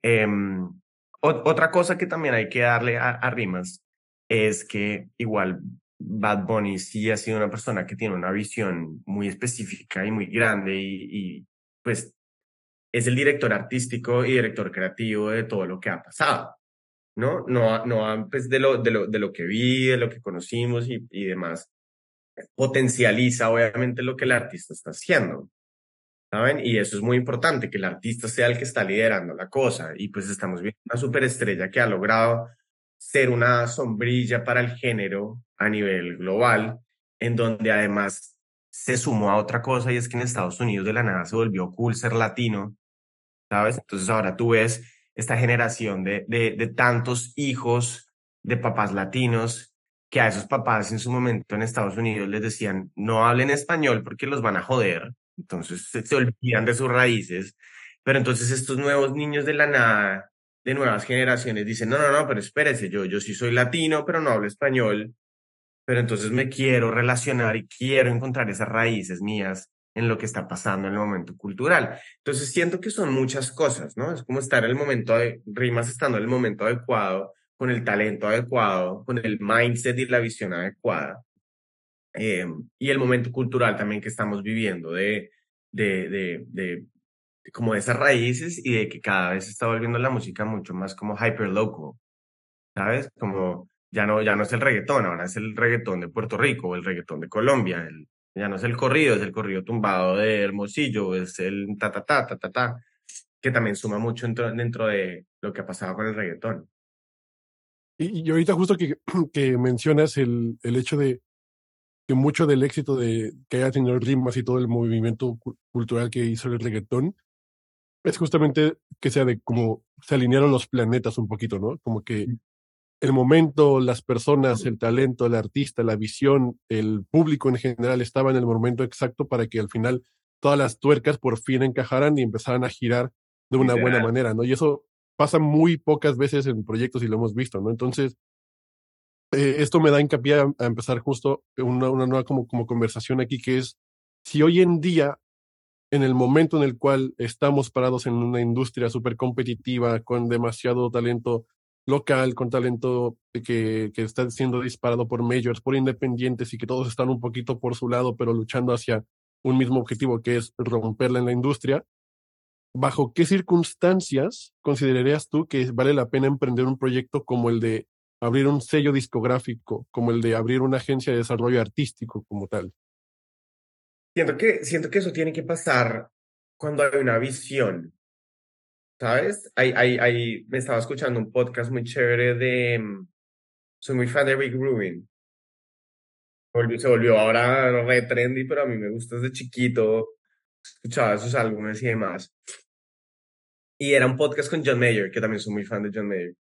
Otra cosa que también hay que darle a Rimas es que igual Bad Bunny sí ha sido una persona que tiene una visión muy específica y muy grande pues es el director artístico y director creativo de todo lo que ha pasado, ¿no? Pues de lo que vi, de lo que conocimos y demás, potencializa obviamente lo que el artista está haciendo. ¿Saben? Y eso es muy importante, que el artista sea el que está liderando la cosa. Y pues estamos viendo una superestrella que ha logrado ser una sombrilla para el género a nivel global, en donde además se sumó a otra cosa y es que en Estados Unidos de la nada se volvió cool ser latino, ¿sabes? Entonces ahora tú ves esta generación de tantos hijos de papás latinos que a esos papás en su momento en Estados Unidos les decían, no hablen español porque los van a joder. Entonces se olvidan de sus raíces. Pero entonces estos nuevos niños de la nada, de nuevas generaciones, dicen, no, pero espérese, yo sí soy latino, pero no hablo español. Pero entonces me quiero relacionar y quiero encontrar esas raíces mías en lo que está pasando en el momento cultural. Entonces siento que son muchas cosas, ¿no? Es como estar en el momento de rimas, estando en el momento adecuado, con el talento adecuado, con el mindset y la visión adecuada. y el momento cultural también que estamos viviendo de, de, de, como de esas raíces y de que cada vez se está volviendo la música mucho más como hyper local, ¿sabes? Como ya no es el reggaetón, ahora es el reggaetón de Puerto Rico o el reggaetón de Colombia, ya no es el corrido tumbado de Hermosillo, es el ta ta ta ta ta ta, que también suma mucho dentro de lo que ha pasado con el reggaetón. Y ahorita justo que mencionas el hecho de que mucho del éxito de que haya tenido rimas y todo el movimiento cultural que hizo el reggaetón es justamente que sea de como se alinearon los planetas un poquito, ¿no? Como que el momento, las personas, el talento, el artista, la visión, el público en general estaba en el momento exacto para que al final todas las tuercas por fin encajaran y empezaran a girar de una buena Literal. manera, ¿no? Y eso pasa muy pocas veces en proyectos y lo hemos visto, ¿no? Entonces, esto me da hincapié a empezar justo una nueva como conversación aquí, que es si hoy en día, en el momento en el cual estamos parados en una industria súper competitiva, con demasiado talento local, con talento que está siendo disparado por majors, por independientes y que todos están un poquito por su lado, pero luchando hacia un mismo objetivo, que es romperla en la industria, ¿bajo qué circunstancias considerarías tú que vale la pena emprender un proyecto como el de abrir un sello discográfico, como el de abrir una agencia de desarrollo artístico como tal? Siento que eso tiene que pasar cuando hay una visión, ¿sabes? Me estaba escuchando un podcast muy chévere soy muy fan de Rick Rubin. Se volvió ahora re trendy, pero a mí me gusta desde chiquito. Escuchaba sus álbumes y demás. Y era un podcast con John Mayer, que también soy muy fan de John Mayer.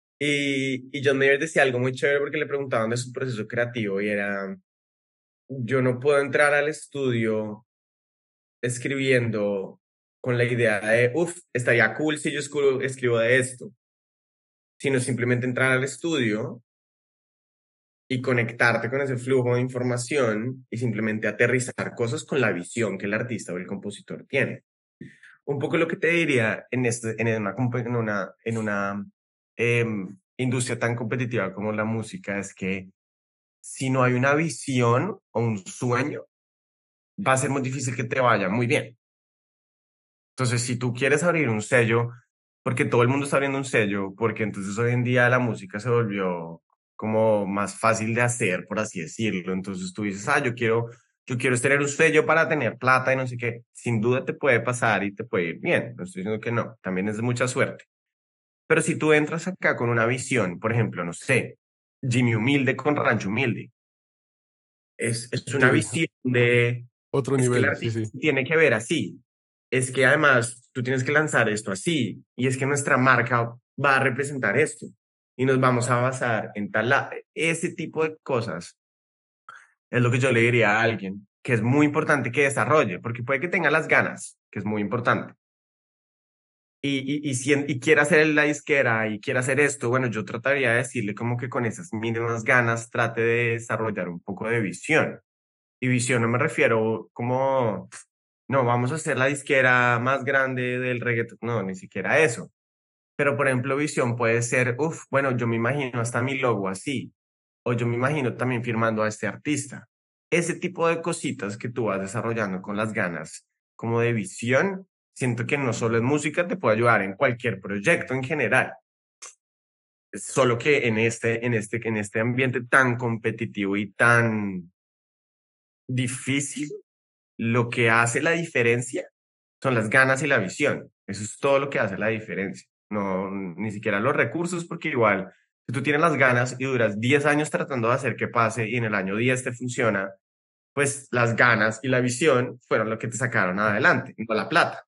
Y John Mayer decía algo muy chévere porque le preguntaban de su proceso creativo y era, yo no puedo entrar al estudio escribiendo con la idea de, estaría cool si yo escribo de esto, sino simplemente entrar al estudio y conectarte con ese flujo de información y simplemente aterrizar cosas con la visión que el artista o el compositor tiene. Un poco lo que te diría en una industria tan competitiva como la música es que si no hay una visión o un sueño, va a ser muy difícil que te vaya muy bien. Entonces, si tú quieres abrir un sello, porque todo el mundo está abriendo un sello, porque entonces hoy en día la música se volvió como más fácil de hacer, por así decirlo. Entonces tú dices, yo quiero tener un sello para tener plata y no sé qué. Sin duda te puede pasar y te puede ir bien. No estoy diciendo que no, también es de mucha suerte. Pero si tú entras acá con una visión, por ejemplo, no sé, Jimmy Humilde con Rancho Humilde, es una Sí, visión de, otro es que el nivel, sí, artista sí. tiene que ver así, es que además tú tienes que lanzar esto así, y es que nuestra marca va a representar esto, y nos vamos a basar en ese tipo de cosas es lo que yo le diría a alguien, que es muy importante que desarrolle, porque puede que tenga las ganas, que es muy importante, y quiera hacer la disquera y quiera hacer esto, bueno, yo trataría de decirle como que con esas mínimas ganas trate de desarrollar un poco de visión. Y visión no me refiero como, no, vamos a hacer la disquera más grande del reggaetón, no, ni siquiera eso. Pero, por ejemplo, visión puede ser, bueno, yo me imagino hasta mi logo así, o yo me imagino también firmando a este artista. Ese tipo de cositas que tú vas desarrollando con las ganas, como de visión, siento que no solo en música, te puede ayudar en cualquier proyecto en general. Solo que en este ambiente tan competitivo y tan difícil, lo que hace la diferencia son las ganas y la visión. Eso es todo lo que hace la diferencia. No, ni siquiera los recursos, porque igual, si tú tienes las ganas y duras 10 años tratando de hacer que pase y en el año 10 te funciona, pues las ganas y la visión fueron lo que te sacaron adelante, no la plata.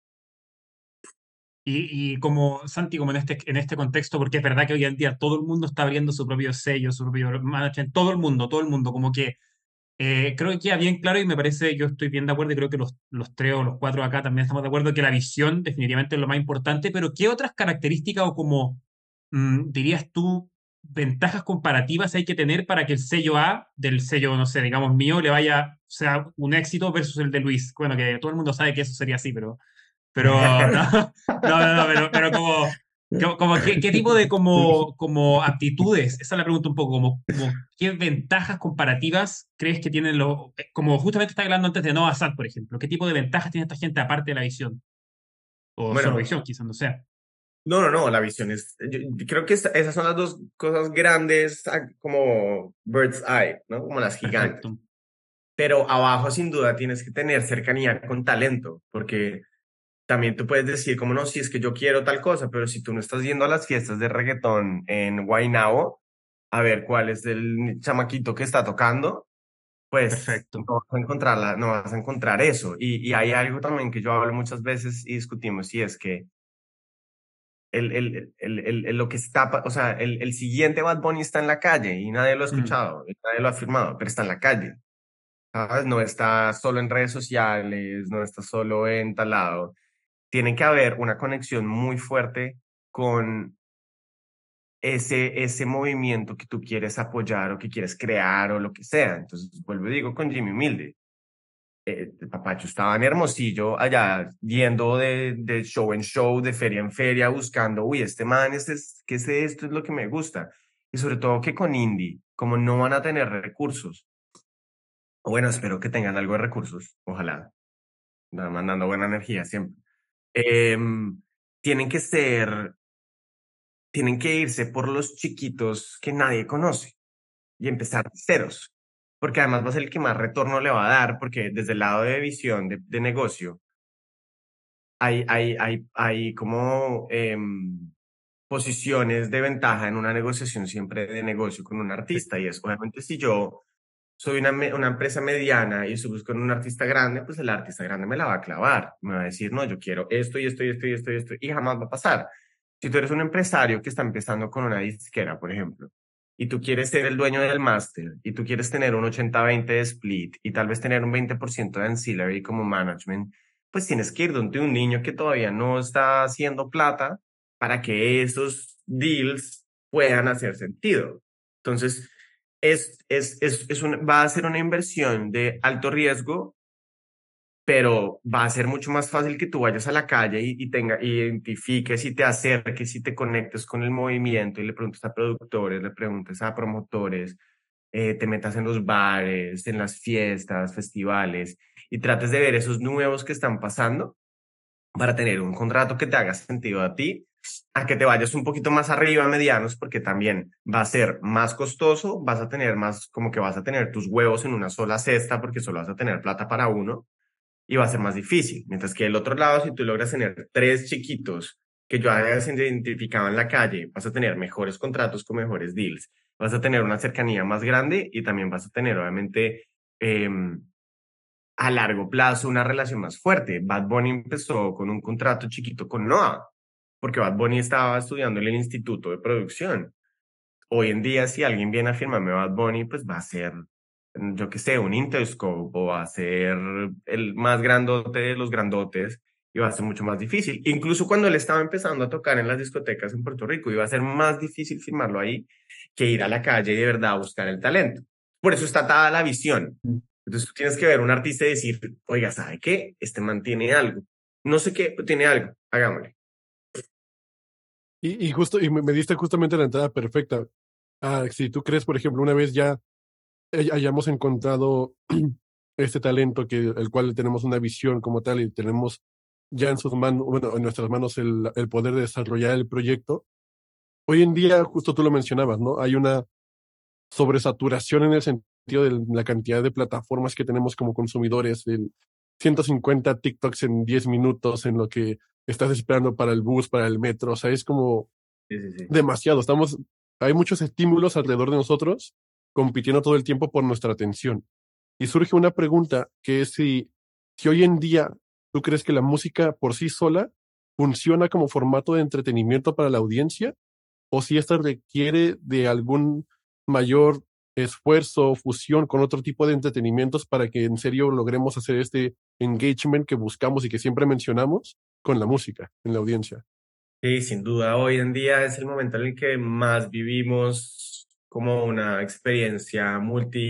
Y como Santi, como en este contexto, porque es verdad que hoy en día todo el mundo está abriendo su propio sello, su propio management, todo el mundo, como que creo que queda bien claro y me parece, yo estoy bien de acuerdo y creo que los tres o los cuatro acá también estamos de acuerdo que la visión definitivamente es lo más importante, pero ¿qué otras características o como dirías tú, ventajas comparativas hay que tener para que el sello A del sello, no sé, digamos mío, sea un éxito versus el de Luis? Bueno, que todo el mundo sabe que eso sería así, pero no, no, no, no, pero como ¿Qué tipo de como aptitudes? Esa es la pregunta un poco, ¿qué ventajas comparativas crees que tienen como justamente estaba hablando antes de Noah Sad, por ejemplo? ¿Qué tipo de ventajas tiene esta gente aparte de la visión? O solo Bueno, visión, quizás, no sé. no, la visión es, yo creo que esas son las dos cosas grandes, como bird's eye, ¿no? Como las gigantes. Perfecto. Pero abajo, sin duda, tienes que tener cercanía con talento, porque también tú puedes decir, como no, si es que yo quiero tal cosa, pero si tú no estás yendo a las fiestas de reggaetón en Guaynabo a ver cuál es el chamaquito que está tocando, pues no Perfecto. vas a encontrarla, no vas a encontrar eso. Y hay algo también que yo hablo muchas veces y discutimos, y es que lo que está, o sea, el siguiente Bad Bunny está en la calle y nadie lo ha Mm, escuchado, y nadie lo ha afirmado, pero está en la calle. ¿Sabes? No está solo en redes sociales, no está solo en tal lado. Tiene que haber una conexión muy fuerte con ese movimiento que tú quieres apoyar o que quieres crear o lo que sea. Entonces, vuelvo y digo con Jimmy Humilde. El Papacho estaba en Hermosillo, allá yendo de show en show, de feria en feria, buscando, uy, este man, ¿qué es esto? Es lo que me gusta. Y sobre todo que con indie, como no van a tener recursos, bueno, espero que tengan algo de recursos, ojalá, mandando buena energía siempre. Em, tienen que ser, tienen que irse por los chiquitos que nadie conoce y empezar de ceros, porque además va a ser el que más retorno le va a dar, porque desde el lado de visión, de negocio, hay como posiciones de ventaja en una negociación siempre de negocio con un artista, y es obviamente si yo soy una empresa mediana y estoy buscando un artista grande, pues el artista grande me la va a clavar. Me va a decir, no, yo quiero esto y esto y esto y esto y esto, y jamás va a pasar. Si tú eres un empresario que está empezando con una disquera, por ejemplo, y tú quieres ser el dueño del máster, y tú quieres tener un 80-20 de split, y tal vez tener un 20% de ancillary como management, pues tienes que ir donde un niño que todavía no está haciendo plata para que esos deals puedan hacer sentido. Entonces, va a ser una inversión de alto riesgo, pero va a ser mucho más fácil que tú vayas a la calle identifiques y te acerques y te conectes con el movimiento y le preguntes a productores, le preguntes a promotores, te metas en los bares, en las fiestas, festivales y trates de ver esos nuevos que están pasando para tener un contrato que te haga sentido a ti, a que te vayas un poquito más arriba, medianos, porque también va a ser más costoso, vas a tener más, como que vas a tener tus huevos en una sola cesta, porque solo vas a tener plata para uno, y va a ser más difícil. Mientras que del otro lado, si tú logras tener tres chiquitos que yo haya identificado en la calle, vas a tener mejores contratos con mejores deals, vas a tener una cercanía más grande y también vas a tener, obviamente, a largo plazo una relación más fuerte. Bad Bunny empezó con un contrato chiquito con Noah, porque Bad Bunny estaba estudiando en el Instituto de Producción. Hoy en día, si alguien viene a firmarme Bad Bunny, pues va a ser, yo qué sé, un Interscope o va a ser el más grandote de los grandotes y va a ser mucho más difícil. Incluso cuando él estaba empezando a tocar en las discotecas en Puerto Rico, iba a ser más difícil firmarlo ahí que ir a la calle y de verdad buscar el talento. Por eso está atada la visión. Entonces tú tienes que ver a un artista y decir, oiga, ¿sabe qué? Este man tiene algo. No sé qué, pero tiene algo. Hagámosle. Y justo, y me diste justamente la entrada perfecta. Si tú crees, por ejemplo, una vez ya hayamos encontrado este talento el cual tenemos una visión como tal y tenemos ya en sus manos, bueno, en nuestras manos el poder de desarrollar el proyecto. Hoy en día, justo tú lo mencionabas, ¿no? Hay una sobresaturación en el sentido de la cantidad de plataformas que tenemos como consumidores, el 150 TikToks en 10 minutos en lo que estás esperando para el bus, para el metro, o sea, es como Sí, sí, sí. demasiado. Hay muchos estímulos alrededor de nosotros compitiendo todo el tiempo por nuestra atención. Y surge una pregunta que es si hoy en día tú crees que la música por sí sola funciona como formato de entretenimiento para la audiencia o si esta requiere de algún mayor esfuerzo o fusión con otro tipo de entretenimientos para que en serio logremos hacer este engagement que buscamos y que siempre mencionamos con la música en la audiencia. Sí, sin duda, hoy en día es el momento en el que más vivimos como una experiencia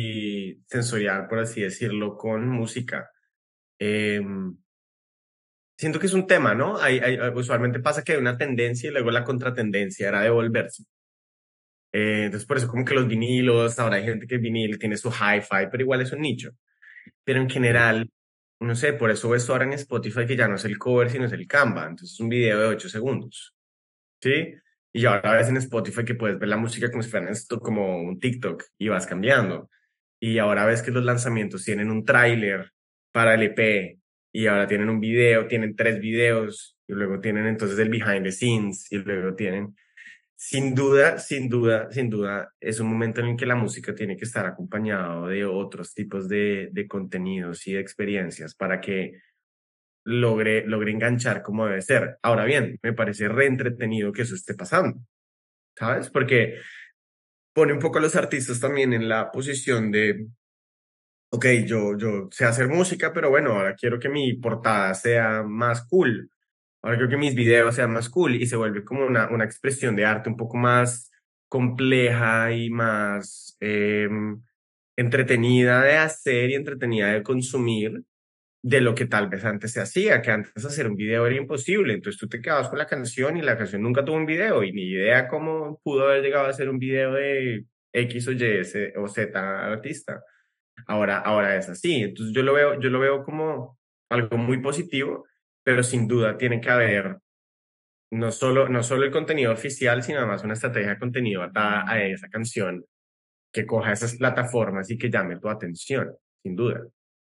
multisensorial, por así decirlo, con música. siento que es un tema, ¿no? Usualmente pasa que hay una tendencia y luego la contratendencia era devolverse. Entonces, por eso como que los vinilos, ahora hay gente que vinil tiene su hi-fi, pero igual es un nicho. Pero en general, no sé, por eso ves ahora en Spotify que ya no es el cover, sino es el Canva. Entonces es un video de 8 segundos, ¿sí? Y ahora ves en Spotify que puedes ver la música como si fuera esto, como un TikTok y vas cambiando. Y ahora ves que los lanzamientos tienen un tráiler para el EP y ahora tienen un video, tienen 3 videos y luego tienen entonces el behind the scenes y luego tienen... Sin duda, sin duda, sin duda, es un momento en el que la música tiene que estar acompañado de otros tipos de contenidos y de experiencias para que logre enganchar como debe ser. Ahora bien, me parece re entretenido que eso esté pasando, ¿sabes? Porque pone un poco a los artistas también en la posición de, ok, yo sé hacer música, pero bueno, ahora quiero que mi portada sea más cool. Ahora quiero que mis videos sean más cool y se vuelve como una expresión de arte un poco más compleja y más entretenida de hacer y entretenida de consumir de lo que tal vez antes se hacía, que antes hacer un video era imposible. Entonces tú te quedabas con la canción y la canción nunca tuvo un video y ni idea cómo pudo haber llegado a ser un video de X o Y o Z artista. Ahora es así. Entonces yo lo veo como algo muy positivo, pero sin duda tiene que haber no solo el contenido oficial, sino además una estrategia de contenido atada a esa canción que coja esas plataformas y que llame tu atención, sin duda.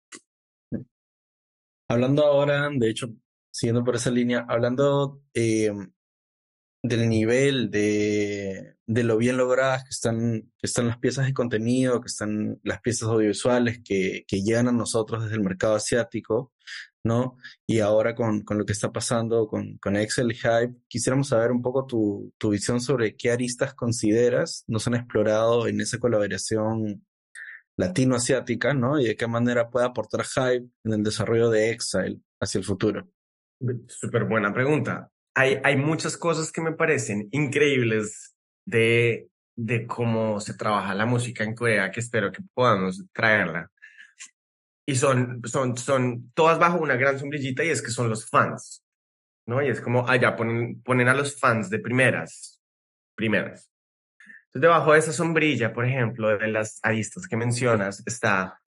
Hablando ahora, de hecho, siguiendo por esa línea, hablando del nivel de lo bien logradas que están las piezas de contenido, que están las piezas audiovisuales que llegan a nosotros desde el mercado asiático, ¿no? Y ahora con lo que está pasando con Excel y Hype, quisiéramos saber un poco tu visión sobre qué aristas consideras nos han explorado en esa colaboración latino-asiática, ¿no? Y de qué manera puede aportar Hype en el desarrollo de Exile hacia el futuro. Súper buena pregunta. Hay muchas cosas que me parecen increíbles de cómo se trabaja la música en Corea que espero que podamos traerla. Y son todas bajo una gran sombrillita y es que son los fans, ¿no? Y es como allá ponen a los fans de primeras. Entonces, debajo de esa sombrilla, por ejemplo, de las aristas que mencionas, está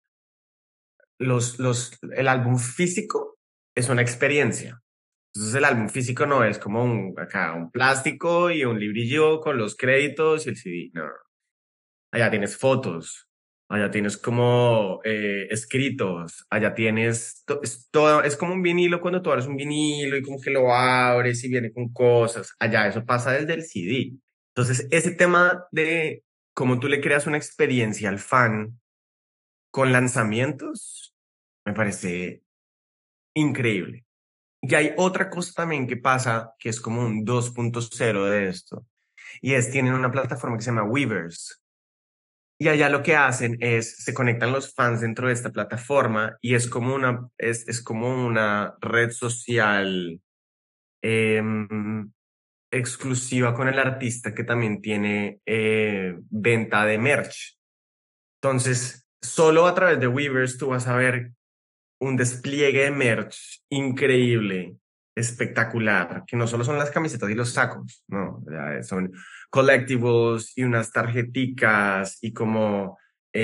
el álbum físico es una experiencia. Entonces el álbum físico no es como un plástico y un librillo con los créditos y el CD. No. Allá tienes fotos, allá tienes como escritos, allá tienes, todo, es como un vinilo cuando tú abres un vinilo y como que lo abres y viene con cosas. Allá eso pasa desde el CD. Entonces ese tema de cómo tú le creas una experiencia al fan con lanzamientos me parece increíble. Y hay otra cosa también que pasa, que es como un 2.0 de esto, y es, tienen una plataforma que se llama Weverse, y allá lo que hacen es, se conectan los fans dentro de esta plataforma, y es como una red social em, exclusiva con el artista que también tiene venta de merch. Entonces, solo a través de Weverse tú vas a ver un despliegue de merch increíble, espectacular, que no solo son las camisetas y los sacos, no, ya son collectibles y unas tarjeticas y como,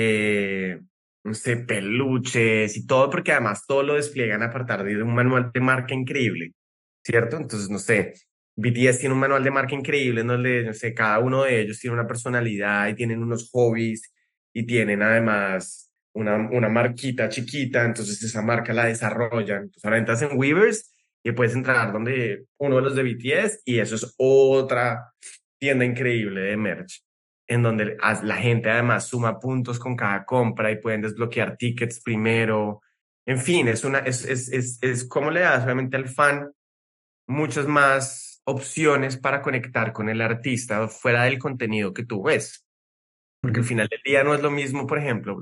no sé, peluches y todo, porque además todo lo despliegan a partir de un manual de marca increíble, ¿cierto? Entonces, no sé, BTS tiene un manual de marca increíble en donde, no sé, cada uno de ellos tiene una personalidad y tienen unos hobbies y tienen además una marquita chiquita, entonces esa marca la desarrollan. Entonces ahora entras en Weavers y puedes entrar donde uno de los de BTS y eso es otra tienda increíble de merch, en donde la gente además suma puntos con cada compra y pueden desbloquear tickets primero. En fin, es como le das obviamente al fan muchas más opciones para conectar con el artista fuera del contenido que tú ves. Porque al final del día no es lo mismo, por ejemplo,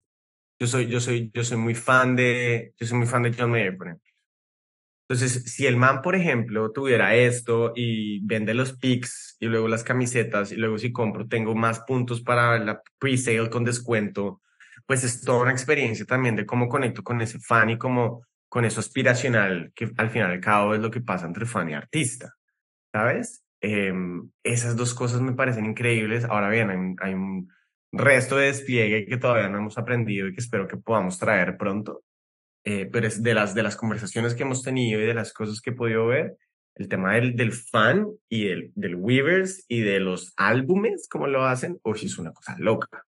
yo soy muy fan de John Mayer, por ejemplo. Entonces, si el man, por ejemplo, tuviera esto y vende los pics y luego las camisetas y luego si compro tengo más puntos para la pre-sale con descuento, pues es toda una experiencia también de cómo conecto con ese fan y cómo con eso aspiracional, que al final y al cabo es lo que pasa entre fan y artista, ¿sabes? Esas dos cosas me parecen increíbles. Ahora bien, hay un resto de despliegue que todavía no hemos aprendido y que espero que podamos traer pronto. Pero es de las conversaciones que hemos tenido y de las cosas que he podido ver, el tema del fan y del Weavers y de los álbumes, como lo hacen, uy, es una cosa loca.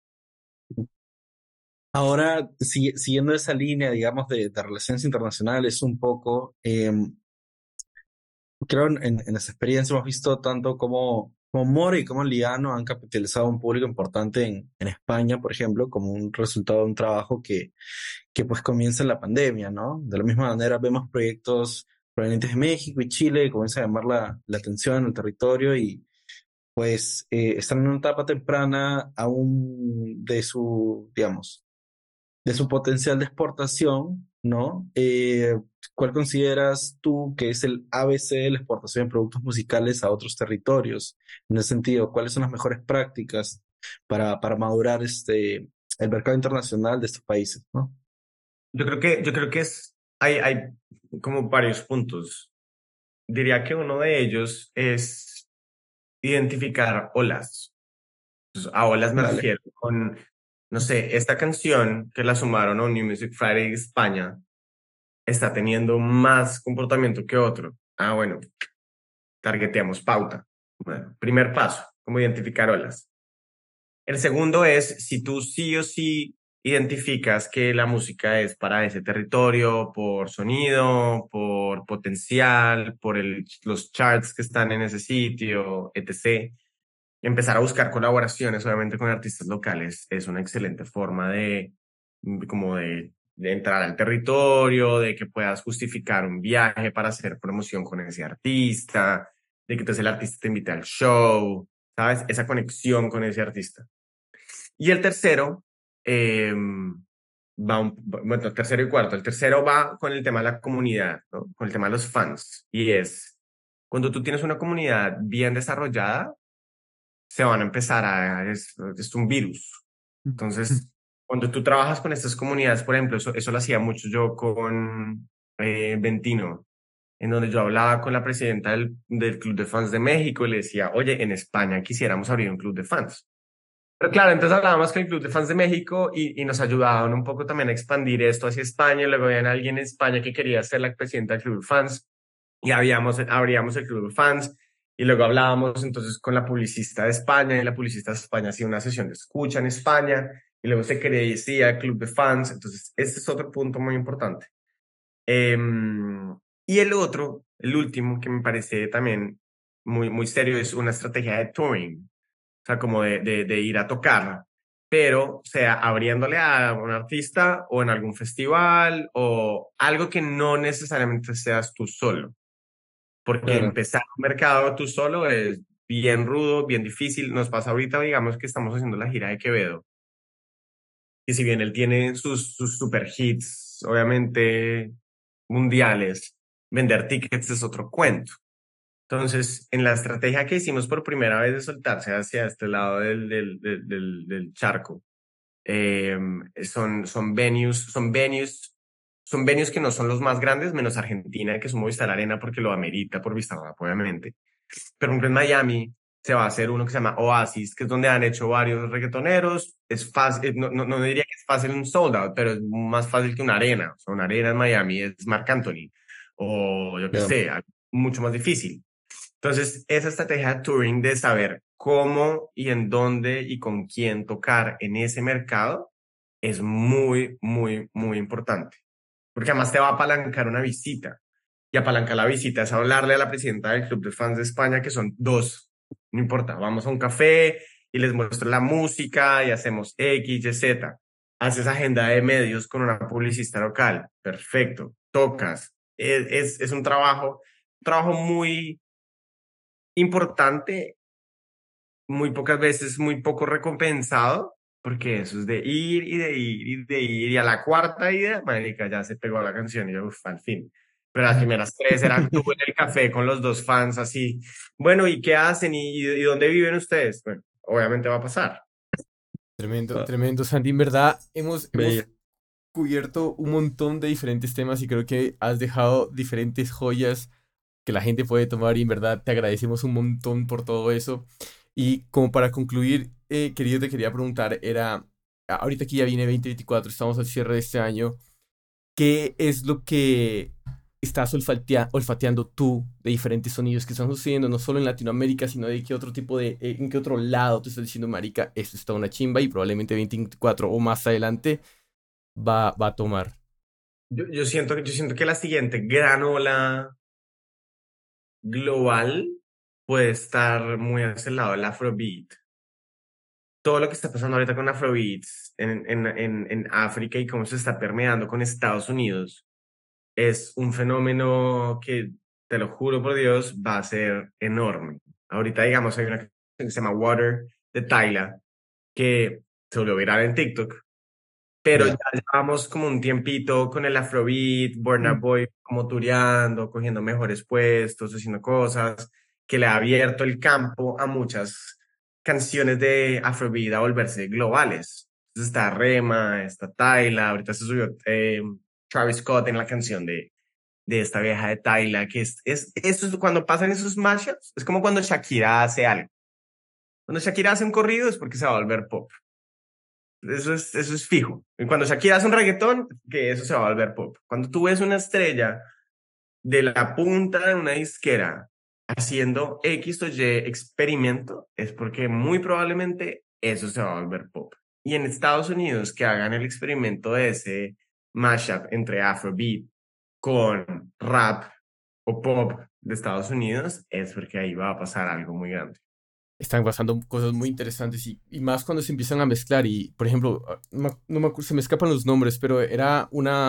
Ahora, siguiendo esa línea, digamos, de relaciones internacionales un poco, creo en esa experiencia hemos visto tanto como More y como Liano han capitalizado un público importante en España, por ejemplo, como un resultado de un trabajo que pues comienza en la pandemia, ¿no? De la misma manera vemos proyectos provenientes de México y Chile que comienzan a llamar la atención en el territorio y pues están en una etapa temprana aún digamos, de su potencial de exportación, ¿no? ¿Cuál consideras tú que es el ABC de la exportación de productos musicales a otros territorios? En ese sentido, ¿cuáles son las mejores prácticas para madurar el mercado internacional de estos países, ¿no? Yo creo que hay como varios puntos. Diría que uno de ellos es identificar olas. Pues, a olas me Vale. refiero con, no sé, esta canción que la sumaron a un New Music Friday España está teniendo más comportamiento que otro. Ah, bueno, targeteamos pauta. Bueno, primer paso, como identificar olas. El segundo es si tú sí o sí identificas que la música es para ese territorio por sonido, por potencial, por los charts que están en ese sitio, etc. Empezar a buscar colaboraciones, obviamente, con artistas locales es una excelente forma como de entrar al territorio, de que puedas justificar un viaje para hacer promoción con ese artista, de que entonces el artista te invite al show, ¿sabes? Esa conexión con ese artista. Y el tercero, bueno, el tercero y cuarto. El tercero va con el tema de la comunidad, ¿no? Con el tema de los fans. Y es, cuando tú tienes una comunidad bien desarrollada, se van a empezar es un virus. Entonces, cuando tú trabajas con estas comunidades, por ejemplo, eso lo hacía mucho yo con Ventino, en donde yo hablaba con la presidenta del Club de Fans de México y le decía, oye, en España quisiéramos abrir un club de fans. Pero claro, entonces hablábamos con el Club de Fans de México y nos ayudaban un poco también a expandir esto hacia España. Y luego había alguien en España que quería ser la presidenta del Club de Fans y abríamos el Club de Fans. Y luego hablábamos entonces con la publicista de España y la publicista de España hacía una sesión de escucha en España y luego se crecía el Club de Fans. Entonces, este es otro punto muy importante. Y el otro, el último, que me parece también muy, muy serio, es una estrategia de touring. O sea, como de ir a tocar, pero sea abriéndole a un artista o en algún festival o algo que no necesariamente seas tú solo, porque Claro. empezar un mercado tú solo es bien rudo, bien difícil. Nos pasa ahorita, digamos que estamos haciendo la gira de Quevedo, y si bien él tiene sus super hits, obviamente mundiales, vender tickets es otro cuento. Entonces, en la estrategia que hicimos por primera vez de soltarse hacia este lado del charco, eh, son venues que no son los más grandes, menos Argentina, que es un Movistar Arena porque lo amerita por Vistarrap, obviamente. Pero por ejemplo, en Miami se va a hacer uno que se llama Oasis, que es donde han hecho varios reggaetoneros. Es fácil, no diría que es fácil un sold out, pero es más fácil que una arena. O sea, una arena en Miami es Marc Anthony, o yo qué Ya. sé, mucho más difícil. Entonces, esa estrategia de touring de saber cómo y en dónde y con quién tocar en ese mercado es muy, muy, muy importante. Porque además te va a apalancar una visita. Y apalancar la visita es hablarle a la presidenta del Club de Fans de España, que son dos. No importa, vamos a un café y les muestro la música y hacemos X, Y, Z. Haces agenda de medios con una publicista local. Perfecto. Tocas. Es un trabajo muy importante, muy pocas veces, muy poco recompensado, porque eso es de ir y de ir y de ir, y a la cuarta ida, marica, ya se pegó la canción y yo, uf, al fin. Pero las primeras tres eran tú en el café con los dos fans así, bueno, ¿y qué hacen? ¿Y dónde viven ustedes? Bueno, obviamente va a pasar. Tremendo, Ah, tremendo, Sandy. En verdad, hemos bello. cubierto un montón de diferentes temas y creo que has dejado diferentes joyas que la gente puede tomar y en verdad te agradecemos un montón por todo eso. Y como para concluir, querido, te quería preguntar, ahorita que ya viene 2024, estamos al cierre de este año, ¿qué es lo que estás olfateando tú de diferentes sonidos que están sucediendo no solo en Latinoamérica, sino de qué otro tipo en qué otro lado te estás diciendo, marica, esto está una chimba y probablemente 2024 o más adelante va a tomar? Yo siento que la siguiente gran ola global puede estar muy hacia el lado del Afrobeat. Todo lo que está pasando ahorita con Afrobeats en África y cómo se está permeando con Estados Unidos es un fenómeno que, te lo juro por Dios, va a ser enorme. Ahorita, digamos, hay una canción que se llama Water de Tyla, que se volvió viral en TikTok, pero ya llevamos como un tiempito con el Afrobeat, Burna Boy como tureando, cogiendo mejores puestos, haciendo cosas, que le ha abierto el campo a muchas canciones de Afrobeat a volverse globales. Entonces está Rema, está Tyla, ahorita se subió Travis Scott en la canción de esta vieja de Tyla, que eso es cuando pasan esos mashups, es como cuando Shakira hace algo. Cuando Shakira hace un corrido es porque se va a volver pop. Eso es fijo. Y cuando Shakira hace un reggaetón, que eso se va a volver pop. Cuando tú ves una estrella de la punta de una disquera haciendo X o Y experimento, es porque muy probablemente eso se va a volver pop. Y en Estados Unidos, que hagan el experimento de ese mashup entre Afrobeat con rap o pop de Estados Unidos, es porque ahí va a pasar algo muy grande. Están pasando cosas muy interesantes y más cuando se empiezan a mezclar y, por ejemplo, no me acuerdo, se me escapan los nombres, pero era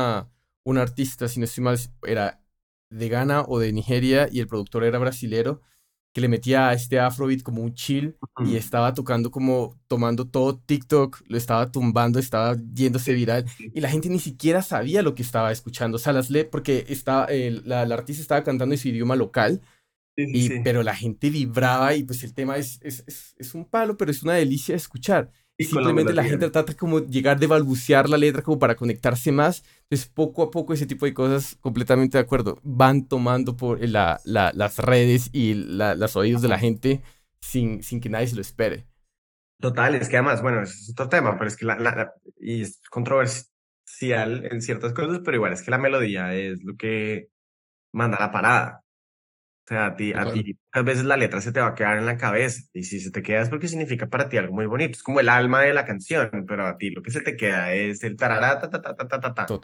una artista, si no estoy mal, era de Ghana o de Nigeria y el productor era brasilero, que le metía a este Afrobeat como un chill y estaba tocando como tomando todo TikTok, lo estaba tumbando, estaba yéndose viral y la gente ni siquiera sabía lo que estaba escuchando, o sea, porque la artista estaba cantando en su idioma local. Sí. Pero la gente vibraba y pues el tema es un palo, pero es una delicia de escuchar. Y Y con la simplemente la melodía. gente trata como llegar de balbucear la letra como para conectarse más. Entonces poco a poco ese tipo de cosas, completamente de acuerdo, van tomando por las redes y los oídos de la gente sin que nadie se lo espere. Total, es que además, bueno, ese es otro tema, pero es que y es controversial en ciertas cosas, pero igual es que la melodía es lo que manda la parada. O sea, a ti, a veces la letra se te va a quedar en la cabeza, y si se te queda es porque significa para ti algo muy bonito, es como el alma de la canción, pero a ti lo que se te queda es el tarará, ta, ta, ta, ta, ta, ta, ta.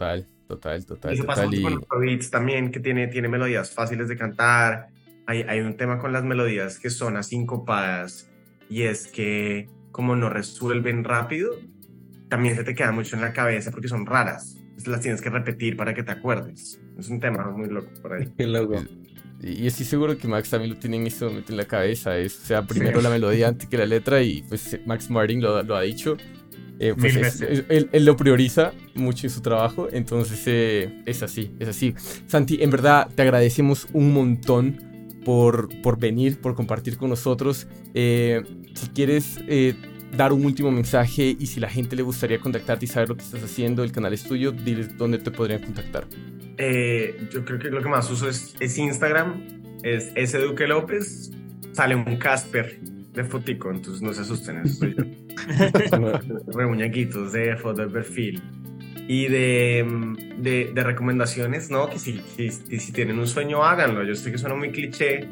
Y eso pasa mucho con los beats también, que tiene melodías fáciles de cantar. Hay un tema con las melodías que son asincopadas, y es que como no resuelven rápido, también se te queda mucho en la cabeza porque son raras. Entonces las tienes que repetir para que te acuerdes. Es un tema muy loco por ahí. Qué loco. Y estoy seguro que Max también lo tiene en este momento en la cabeza. O sea, primero la melodía antes que la letra y pues Max Martin lo ha dicho. Pues Mil veces. Él lo prioriza mucho en su trabajo, entonces es así. Santi, en verdad te agradecemos un montón por venir, por compartir con nosotros. Si quieres dar un último mensaje y si la gente le gustaría contactarte y saber lo que estás haciendo, el canal es tuyo, diles dónde te podrían contactar. Yo creo que lo que más uso es Instagram, es S. Duque López, sale un Casper de fotico, entonces no se asusten, eso soy yo. Re muñequitos de foto de perfil. Y de recomendaciones, ¿no? Que si tienen un sueño, háganlo. Yo sé que suena muy cliché,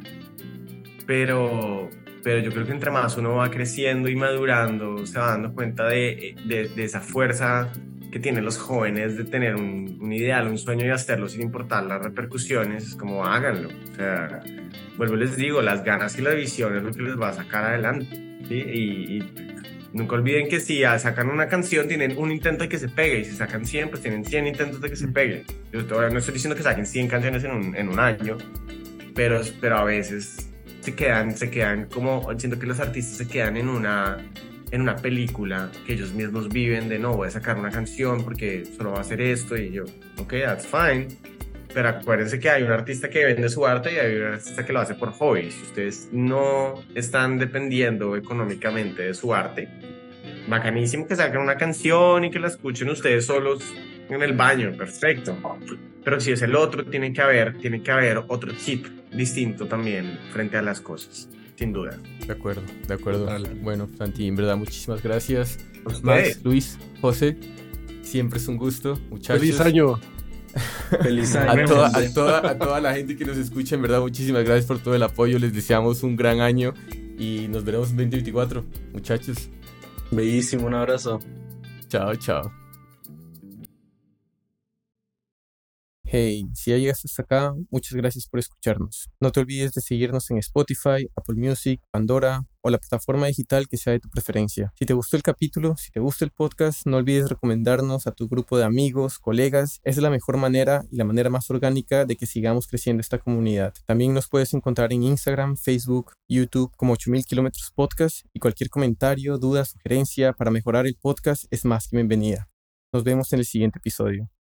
pero yo creo que entre más uno va creciendo y madurando, se va dando cuenta de esa fuerza que tienen los jóvenes de tener un ideal, un sueño y hacerlo sin importar las repercusiones. Es como háganlo. O sea, vuelvo y les digo, las ganas y la visión es lo que les va a sacar adelante, ¿sí? Y nunca olviden que si sacan una canción tienen un intento de que se pegue, y si sacan 100 pues tienen 100 intentos de que se pegue. Yo todavía no estoy diciendo que saquen 100 canciones en un año, pero a veces se quedan como, siento que los artistas se quedan en una película que ellos mismos viven de no, voy a sacar una canción porque solo va a hacer esto, y yo, ok, that's fine, pero acuérdense que hay un artista que vende su arte y hay un artista que lo hace por hobby. Si ustedes no están dependiendo económicamente de su arte, bacanísimo que saquen una canción y que la escuchen ustedes solos en el baño, perfecto. Pero si es el otro, tiene que haber otro chip distinto también frente a las cosas, sin duda. De acuerdo, de acuerdo. Dale. Bueno, Santi, en verdad, muchísimas gracias. Ustedes. Max, Luis, José, siempre es un gusto, muchachos. ¡Feliz año! Feliz A año. toda la gente que nos escucha, en verdad, muchísimas gracias por todo el apoyo. Les deseamos un gran año y nos veremos en 2024, muchachos. Bellísimo, un abrazo. Chao, chao. Hey, si ya llegaste hasta acá, muchas gracias por escucharnos. No te olvides de seguirnos en Spotify, Apple Music, Pandora o la plataforma digital que sea de tu preferencia. Si te gustó el capítulo, si te gusta el podcast, no olvides recomendarnos a tu grupo de amigos, colegas. Esa es la mejor manera y la manera más orgánica de que sigamos creciendo esta comunidad. También nos puedes encontrar en Instagram, Facebook, YouTube como 8000 kilómetros podcast y cualquier comentario, duda, sugerencia para mejorar el podcast es más que bienvenida. Nos vemos en el siguiente episodio.